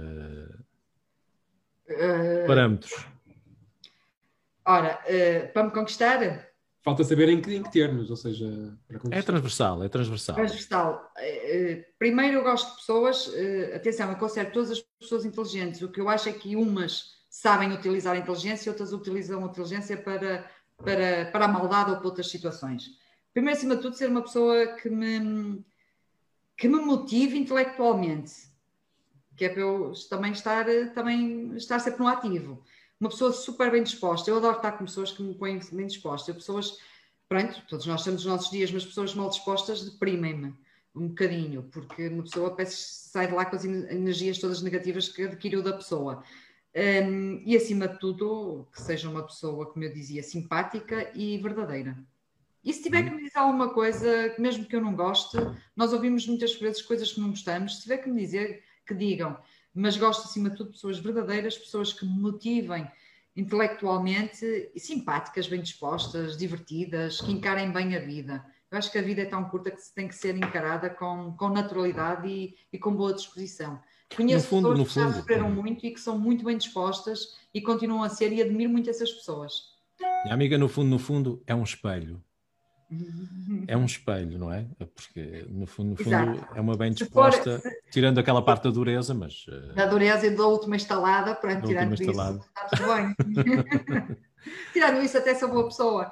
Parâmetros. Ora, para me conquistar... Falta saber em que termos, ou seja... É transversal. Transversal. Primeiro, eu gosto de pessoas... atenção, eu considero todas as pessoas inteligentes. O que eu acho é que umas sabem utilizar a inteligência e outras utilizam a inteligência para a maldade ou para outras situações. Primeiro, acima de tudo, ser uma pessoa que me motive intelectualmente. Que é para eu também estar sempre no ativo. Uma pessoa super bem disposta. Eu adoro estar com pessoas que me põem bem dispostas. Pessoas, pronto, todos nós temos os nossos dias, mas pessoas mal dispostas deprimem-me um bocadinho, porque uma pessoa sai de lá com as energias todas negativas que adquiriu da pessoa. E acima de tudo, que seja uma pessoa, como eu dizia, simpática e verdadeira. E se tiver que me dizer alguma coisa, mesmo que eu não goste, nós ouvimos muitas vezes coisas que não gostamos, se tiver que me dizer, que digam. Mas gosto, acima de tudo, de pessoas verdadeiras, pessoas que me motivem intelectualmente, simpáticas, bem dispostas, divertidas, que encarem bem a vida. Eu acho que a vida é tão curta que tem que ser encarada com naturalidade e com boa disposição. Conheço pessoas que já sofreram muito e que são muito bem dispostas e continuam a ser, e admiro muito essas pessoas. Minha amiga, no fundo, é um espelho. É um espelho, não é? Porque, no fundo é uma bem disposta, tirando aquela parte da dureza, mas... Da dureza e da última estalada, pronto, tirando isso, está tudo bem. Tirando isso, até sou boa pessoa.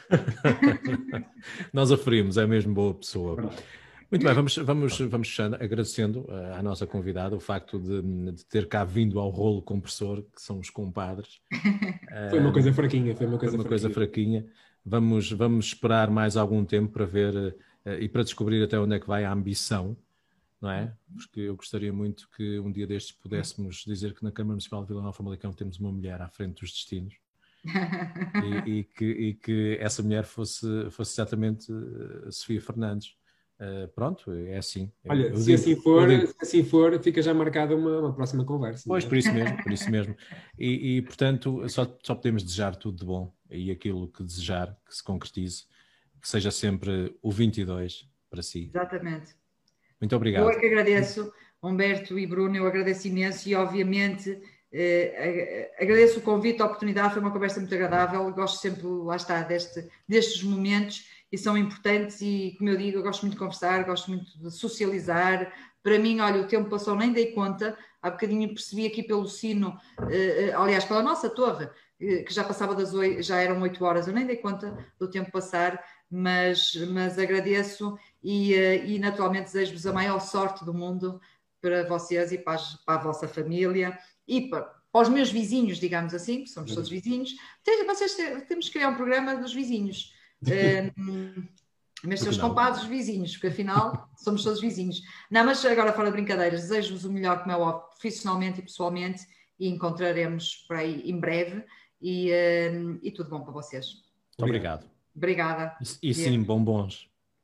Nós aferimos, é mesmo boa pessoa. Muito bem, vamos fechando, agradecendo à nossa convidada o facto de ter cá vindo ao rolo compressor, que são os compadres. Foi uma coisa fraquinha. Foi uma coisa fraquinha. Vamos esperar mais algum tempo para ver e para descobrir até onde é que vai a ambição, não é? Porque eu gostaria muito que um dia destes pudéssemos dizer que na Câmara Municipal de Vila Nova de Famalicão temos uma mulher à frente dos destinos e que essa mulher fosse exatamente Sofia Fernandes. Pronto, é assim. Olha, se assim for, fica já marcada uma próxima conversa. Pois, por isso mesmo. E portanto, só podemos desejar tudo de bom e aquilo que desejar, que se concretize, que seja sempre o 22 para si. Exatamente. Muito obrigado. Eu é que agradeço, Humberto e Bruno, eu agradeço imenso e obviamente agradeço o convite, a oportunidade, foi uma conversa muito agradável, gosto sempre, lá está, destes momentos e são importantes e, como eu digo, eu gosto muito de conversar, gosto muito de socializar. Para mim, olha, o tempo passou, nem dei conta, há bocadinho percebi aqui pelo sino, aliás, pela nossa torre, que já passava das 8, já eram 8 horas, eu nem dei conta do tempo passar, mas agradeço e naturalmente desejo-vos a maior sorte do mundo para vocês e para a vossa família e para os meus vizinhos, digamos assim, que somos todos vizinhos. Temos que criar um programa dos vizinhos. Mas seus compadres vizinhos, porque afinal somos todos vizinhos. Não, mas agora fora de brincadeiras, desejo-vos o melhor, como é óbvio, profissionalmente e pessoalmente, e encontraremos por aí em breve e tudo bom para vocês. Obrigado. Obrigada. E sim, bombons.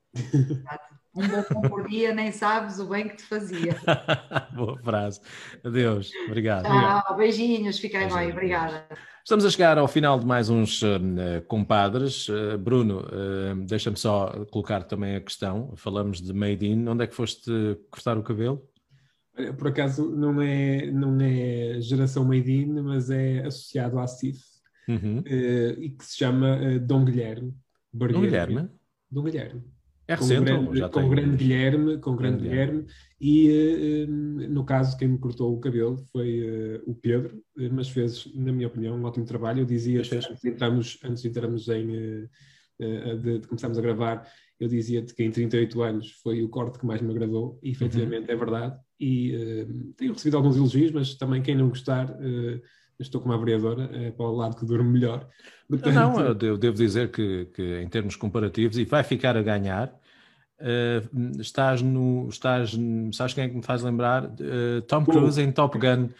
Um bom pão por dia, nem sabes o bem que te fazia. Boa frase. Adeus. Obrigado. Tchau, beijinhos, fiquem bem, obrigada. Estamos a chegar ao final de mais uns compadres. Bruno, deixa-me só colocar também a questão. Falamos de Made in. Onde é que foste cortar o cabelo? Por acaso não é geração Made in, mas é associado à CIF, e que se chama Dom Guilherme. Dom Guilherme? Dom Guilherme. É recente, com o grande Guilherme, e no caso quem me cortou o cabelo foi o Pedro, mas fez, na minha opinião, um ótimo trabalho. Eu dizia, antes de entrarmos de começarmos a gravar, eu dizia-te que em 38 anos foi o corte que mais me agradou, e efetivamente é verdade, e tenho recebido alguns elogios, mas também quem não gostar, estou como a vereadora, é para o lado que durmo melhor. Portanto... Não, eu devo dizer que em termos comparativos, e vai ficar a ganhar, sabes quem é que me faz lembrar? Tom Cruise em Top Gun.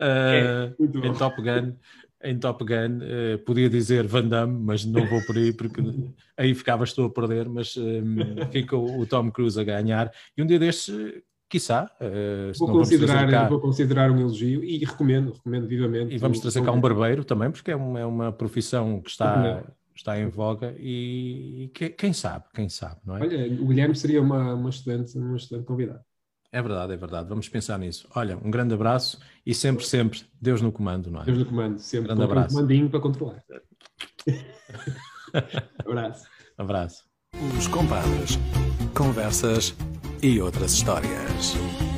Em Top Gun, podia dizer Van Damme, mas não vou por aí, porque aí ficavas tu a perder, mas fica o Tom Cruise a ganhar. E um dia destes, quiçá, vou considerar um elogio, e recomendo vivamente. E vamos trazer cá um barbeiro também, porque é uma profissão que está em voga, e quem sabe, não é? Olha, o Guilherme seria uma excelente convidado. É verdade. Vamos pensar nisso. Olha, um grande abraço e sempre, Deus no comando, não é? Deus no comando, sempre. Grande abraço. Um comandinho para controlar. Abraço. Os compadres, conversas e outras histórias.